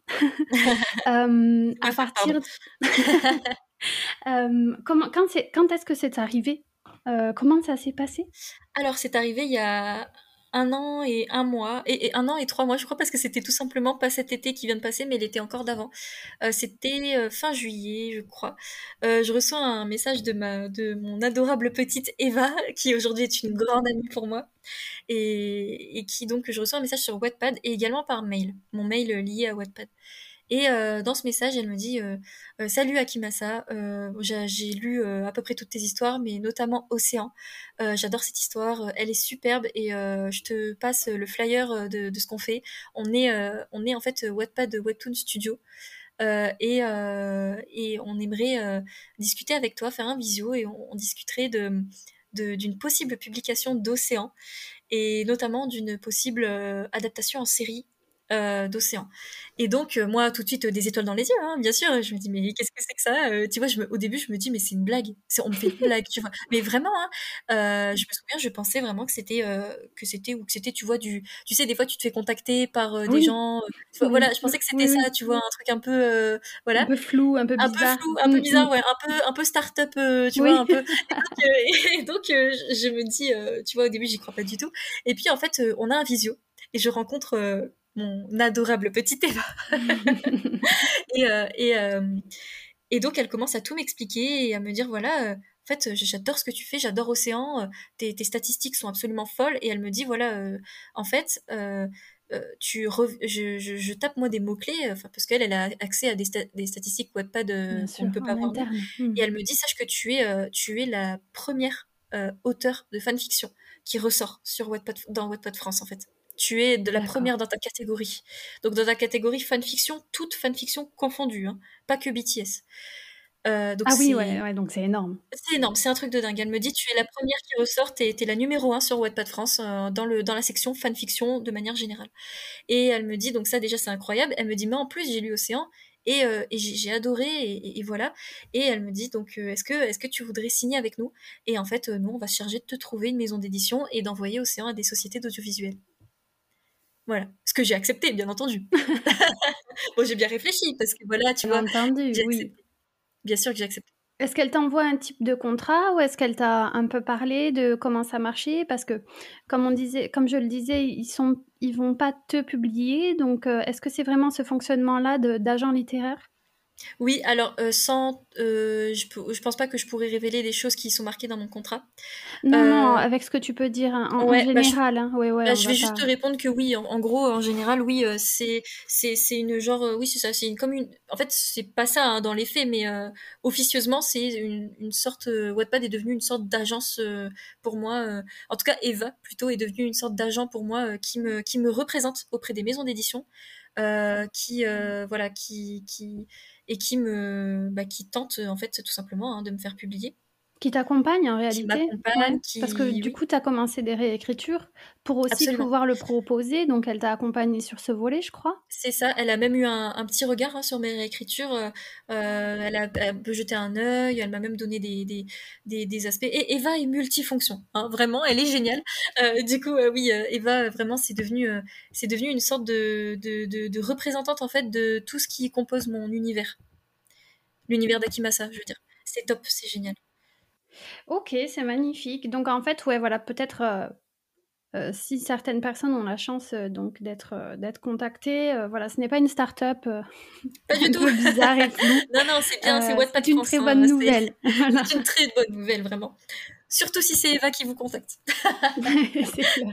Hem, C'est à ma faute, pardon. partir d hem, comment quand c'est quand est-ce que c'est arrivé? Heu, comment ça s'est passé? Alors, c'est arrivé il y a un an et un mois et et un an et trois mois, je crois, parce que c'était tout simplement pas cet été qui vient de passer, mais l'été encore d'avant. Heu, c'était, heu, fin juillet, je crois. Heu, je reçois un message de ma de mon adorable petite Eva, qui aujourd'hui est une grande amie pour moi et et qui donc je reçois un message sur Wattpad et également par mail, mon mail, heu, lié à Wattpad et heu, dans ce message, elle me dit, heu heu: «Salut Akimasa, heu, j'a j'ai lu, heu, à peu près toutes tes histoires, mais notamment Océan. Heu, j'adore cette histoire, heu, elle est superbe et heu, je te passe, le flyer, heu, de de ce qu'on fait. On est, heu, on est en fait, heu, Wattpad Webtoon Studio, heu et heu et on aimerait, heu, discuter avec toi, faire un visio et on on discuterait de, mmh, de d'une possible publication d'Océan et notamment d'une possible, heu, adaptation en série, heu, d'Océan» et donc heu, moi, tout de suite, heu, des étoiles dans les yeux, hein, bien sûr. Je me dis: «Mais qu'est-ce que c'est que ça?» heu, tu vois? Je me au début, je me dis: «Mais c'est une blague, c'est on me fait une blague», tu vois? Mais vraiment, hein, heu, je me souviens, je pensais vraiment que c'était, heu, que c'était ou que c'était, tu vois, du tu sais, des fois, tu te fais contacter par, heu, des Oui, gens, heu, tu vois? bien Voilà, je sûr, pensais que c'était oui, ça, oui. tu vois? Un truc un peu, heu, Un voilà, peu flou, un peu un peu bizarre. flou, un peu Mmh mh. bizarre, ouais, un peu un peu start-up, heu, tu vois? Oui. Un peu et donc heu et donc heu, je je me dis, heu, tu vois, au début, j'y crois pas du tout et puis, en fait, heu, on a un visio et je rencontre, heu, mon adorable petite Eva et heu et hem et donc elle commence à tout m'expliquer et à me dire: «Voilà, heu, fait, j'adore ce que tu fais, j'adore Océan, euh, tes, tes statistiques sont absolument folles. Et elle me dit, voilà, euh, en fait, euh, euh, tu rev- je, je, je tape moi des mots-clés, enfin, parce qu'elle, elle a accès à des, sta- des statistiques Wattpad Bien euh, qu'on sûr, ne peut pas en voir nous. interne. Mmh. Et elle me dit, sache que tu es, euh, tu es la première euh, auteure de fanfiction qui ressort sur Wattpad, dans Wattpad France, en fait. Tu es de la D'accord. première dans ta catégorie. Donc dans ta catégorie fanfiction, toute fanfiction confondue, hein, pas que B T S. Euh, donc Ah oui, c'est ouais, ouais, donc c'est énorme. c'est énorme, c'est un truc de dingue. Elle me dit, tu es la première qui ressort, t'es, t'es la numéro un sur Wattpad France euh, dans, le, dans la section fanfiction de manière générale. Et elle me dit, donc ça déjà c'est incroyable, elle me dit, mais en plus j'ai lu Océan et, euh, et j'ai, j'ai adoré et, et- et voilà. Et elle me dit, donc euh, est-ce que, est-ce que tu voudrais signer avec nous? Et en fait, euh, nous on va se charger de te trouver une maison d'édition et d'envoyer Océan à des sociétés d'audiovisuel. Voilà, ce que j'ai accepté, bien entendu. Bon, j'ai bien réfléchi parce que voilà, tu Bien vois, entendu, j'ai oui. accepté. Bien sûr que j'ai accepté. Est-ce qu'elle t'envoie un type de contrat ou est-ce qu'elle t'a un peu parlé de comment ça marchait? Parce que comme on disait comme je le disais, ils sont ils vont pas te publier, donc heu, est-ce que c'est vraiment ce fonctionnement-là de d'agent littéraire? Oui, alors euh, sans, euh, je, peux- je pense pas que je pourrais révéler les choses qui sont marquées dans mon contrat. Non, non, Euh, avec ce que tu peux dire, hein, en en ouais, bah, je, général, hein. Ouais, ouais, bah, on je va vais juste te pas répondre que oui. En, en gros, en général, oui, euh, c'est c'est c'est une genre, euh, oui, c'est ça, c'est une comme une. En fait, c'est pas ça hein, dans les faits, mais euh, officieusement, c'est une une sorte. euh, Wattpad est devenu une sorte d'agence euh, pour moi. euh, en tout cas, Eva plutôt est devenue une sorte d'agent pour moi euh, qui me qui me représente auprès des maisons d'édition, euh, qui euh, voilà, qui qui et qui me bah, qui tente en fait tout simplement hein, de me faire publier, qui t'accompagne en qui réalité? Ouais, m'accompagne, parce que qui du oui, coup, tu as commencé des réécritures pour aussi absolument. pouvoir le proposer, donc elle t'a accompagnée sur ce volet, je crois? C'est ça, elle a même eu un, un petit regard hein, sur mes réécritures. euh, euh, elle a, elle peut jeter un œil, elle m'a même donné des, des, des, des aspects. Et Eva est multifonction, hein, vraiment, elle est géniale. Euh, du coup, euh, oui, euh, Eva, euh, vraiment, c'est devenu, euh, c'est devenu une sorte de, de, de, de représentante en fait de tout ce qui compose mon univers, l'univers d'Akimasa, je veux dire. C'est top, c'est génial. OK, c'est magnifique. Donc en fait, ouais, voilà, peut-être, heu heu, si certaines personnes ont la chance, heu, donc d'être, heu, d'être contactées, heu, voilà, ce n'est pas une start-up, heu, Pas du un tout. peu bizarre et floue. Non, non, c'est bien, c'est Heu, Wattpad c'est une France. très bonne Hein, c'est, nouvelle. Voilà, c'est une très bonne nouvelle, vraiment. Surtout si c'est Eva qui vous contacte. c'est clair.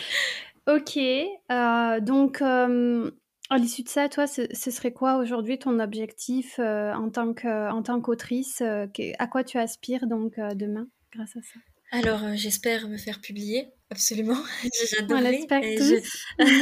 OK, heu, donc hem, à l'issue de ça, toi, ce ce serait quoi aujourd'hui ton objectif, heu, en tant que en tant qu'autrice, heu, qu'est à quoi tu aspires donc heu, demain grâce à ça? Alors, heu, j'espère me faire publier, absolument. On J'adorerais l'espère et je tous. Mmh.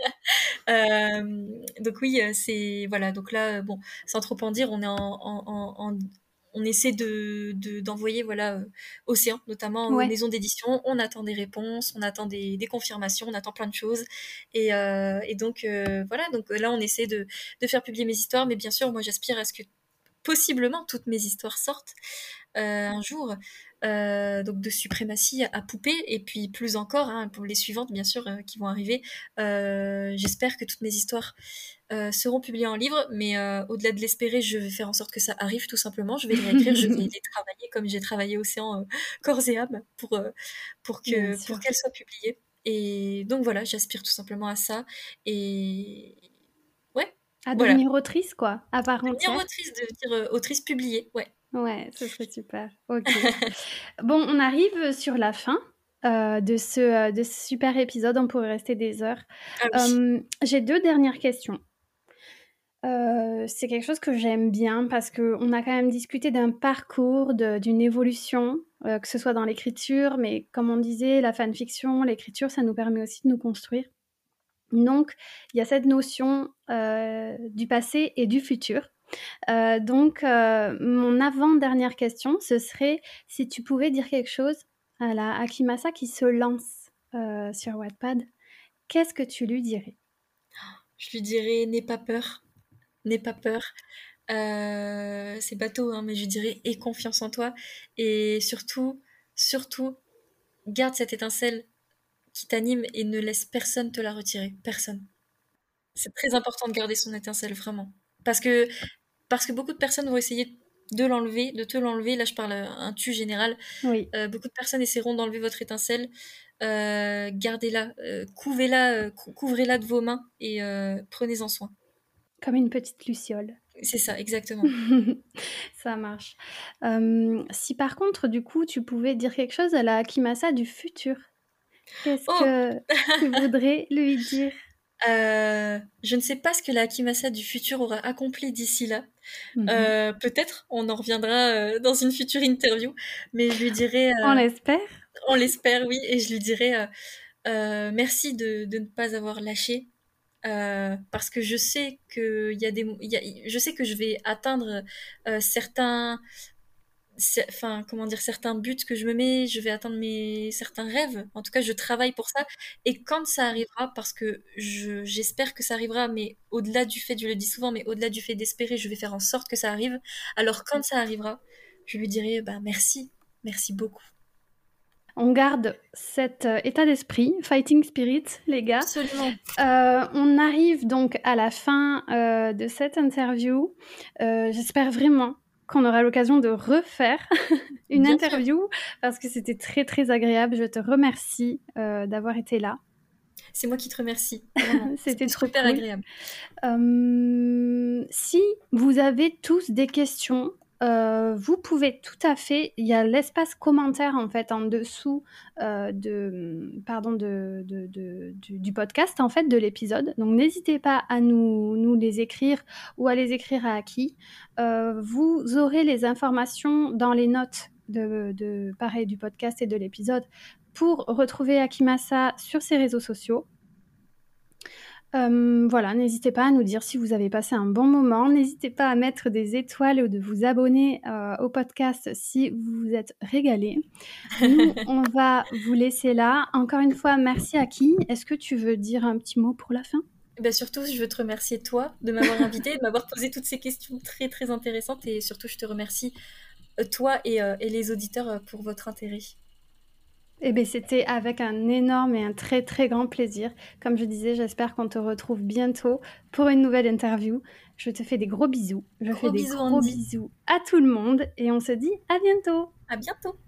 hem, donc oui, heu, c'est voilà, donc là, heu, bon, sans trop en dire, on est en en en en on essaie de de d'envoyer, voilà, heu, Océan, notamment aux Ouais. maisons d'édition. On attend des réponses, on attend des des confirmations, on attend plein de choses et heu et donc heu, voilà, donc heu, là, on essaie de de faire publier mes histoires, mais bien sûr, moi, j'aspire à ce que possiblement toutes mes histoires sortent euh, un jour, euh, donc de suprématie à poupée, et puis plus encore hein, pour les suivantes bien sûr euh, qui vont arriver. Euh, j'espère que toutes mes histoires euh, seront publiées en livre, mais euh, au-delà de l'espérer, je vais faire en sorte que ça arrive tout simplement. Je vais les réécrire, je vais les travailler comme j'ai travaillé Océan euh, corps et âme pour euh, pour Bien que pour sûr. qu'elles soient publiées. Et donc voilà, j'aspire tout simplement à ça. Et ouais, À voilà. devenir autrice quoi, à part Devenir entière? autrice, devenir euh, autrice publiée, ouais. Ouais, ce serait super. OK. Bon, on arrive sur la fin, heu, de ce, heu, de ce super épisode, on pourrait rester des heures. Ah oui. Hem, j'ai deux dernières questions. Heu, c'est quelque chose que j'aime bien parce qu'on a quand même discuté d'un parcours, de d'une évolution, heu, que ce soit dans l'écriture, mais comme on disait, la fanfiction, l'écriture, ça nous permet aussi de nous construire. Donc il y a cette notion, heu, du passé et du futur. Heu, donc heu, mon avant-dernière question, ce serait si tu pouvais dire quelque chose à la Akimasa qui se lance, heu, sur Wattpad, qu'est-ce que tu lui dirais? Je lui dirais: «N'aie pas peur, n'aie pas peur». Heu, c'est bateau, hein, mais je lui dirais: «Aie confiance en toi et surtout, surtout, garde cette étincelle qui t'anime et ne laisse personne te la retirer, personne». C'est très important de garder son étincelle, vraiment. Parce que parce que beaucoup de personnes vont essayer de l'enlever, de te l'enlever. Là, je parle, heu, un tu général. Oui, Heu, beaucoup de personnes essaieront d'enlever votre étincelle. Heu, gardez-la, heu, couvez-la, heu, cou couvrez-la de vos mains et heu, prenez-en soin. comme une petite luciole. C'est ça, exactement. Ça marche. Hem, si par contre, du coup, tu pouvais dire quelque chose à la Akimasa du futur, qu'est-ce Oh! que tu voudrais lui dire? Heu, je ne sais pas ce que la Akimasa du futur aura accompli d'ici là. Mmh mh. Heu, peut-être, on en reviendra, heu, dans une future interview, mais je lui dirais, On heu l'espère. on l'espère, oui, et je lui dirais, heu heu, merci de de ne pas avoir lâché, heu, parce que je sais qu'il y a des mo il y a i je sais que je vais atteindre, heu, certains cer enfin, comment dire? Certains buts que je me mets, je vais atteindre mes certains rêves. En tout cas, je travaille pour ça et quand ça arrivera, parce que je j'espère que ça arrivera, mais au-delà du fait je le dis souvent, mais au-delà du fait d'espérer, je vais faire en sorte que ça arrive. Alors quand ça arrivera, je lui dirai: «Bah, merci, merci beaucoup». On garde cet, heu, état d'esprit, fighting spirit, les gars. Absolument. Heu, on arrive donc à la fin, heu, de cette interview. Heu, j'espère vraiment qu'on aura l'occasion de refaire une Bien sûr. interview parce que c'était très, très agréable. Je te remercie, heu, d'avoir été là. C'est moi qui te remercie, vraiment. C'était C'était trop super cool. agréable. Hem, si vous avez tous des questions, heu, vous pouvez tout à fait il y a l'espace commentaire, en fait, en dessous, heu, de, mmh, pardon, de de de du du podcast, en fait, de l'épisode. Donc n'hésitez pas à nous nous les écrire ou à les écrire à Aki. Heu, vous aurez les informations dans les notes de de pareil, du podcast et de l'épisode pour retrouver Akimasa sur ses réseaux sociaux. Hem, voilà, n'hésitez pas à nous dire si vous avez passé un bon moment. N'hésitez pas à mettre des étoiles ou de vous abonner, heu, au podcast si vous vous êtes régalés. Nous, on va vous laisser là. Encore une fois, merci Aki. Est-ce que tu veux dire un petit mot pour la fin? Bah, surtout, je veux te remercier toi, de m'avoir invitée, de m'avoir posé toutes ces questions très, très intéressantes et surtout je te remercie, heu, toi et heu et les auditeurs, heu, pour votre intérêt. Eh beh, c'était avec un énorme et un très, très grand plaisir. Comme je disais, j'espère qu'on te retrouve bientôt pour une nouvelle interview. Je te fais des gros bisous. Je fais Gros des bisous gros Andy. bisous à tout le monde et on se dit à bientôt! À bientôt!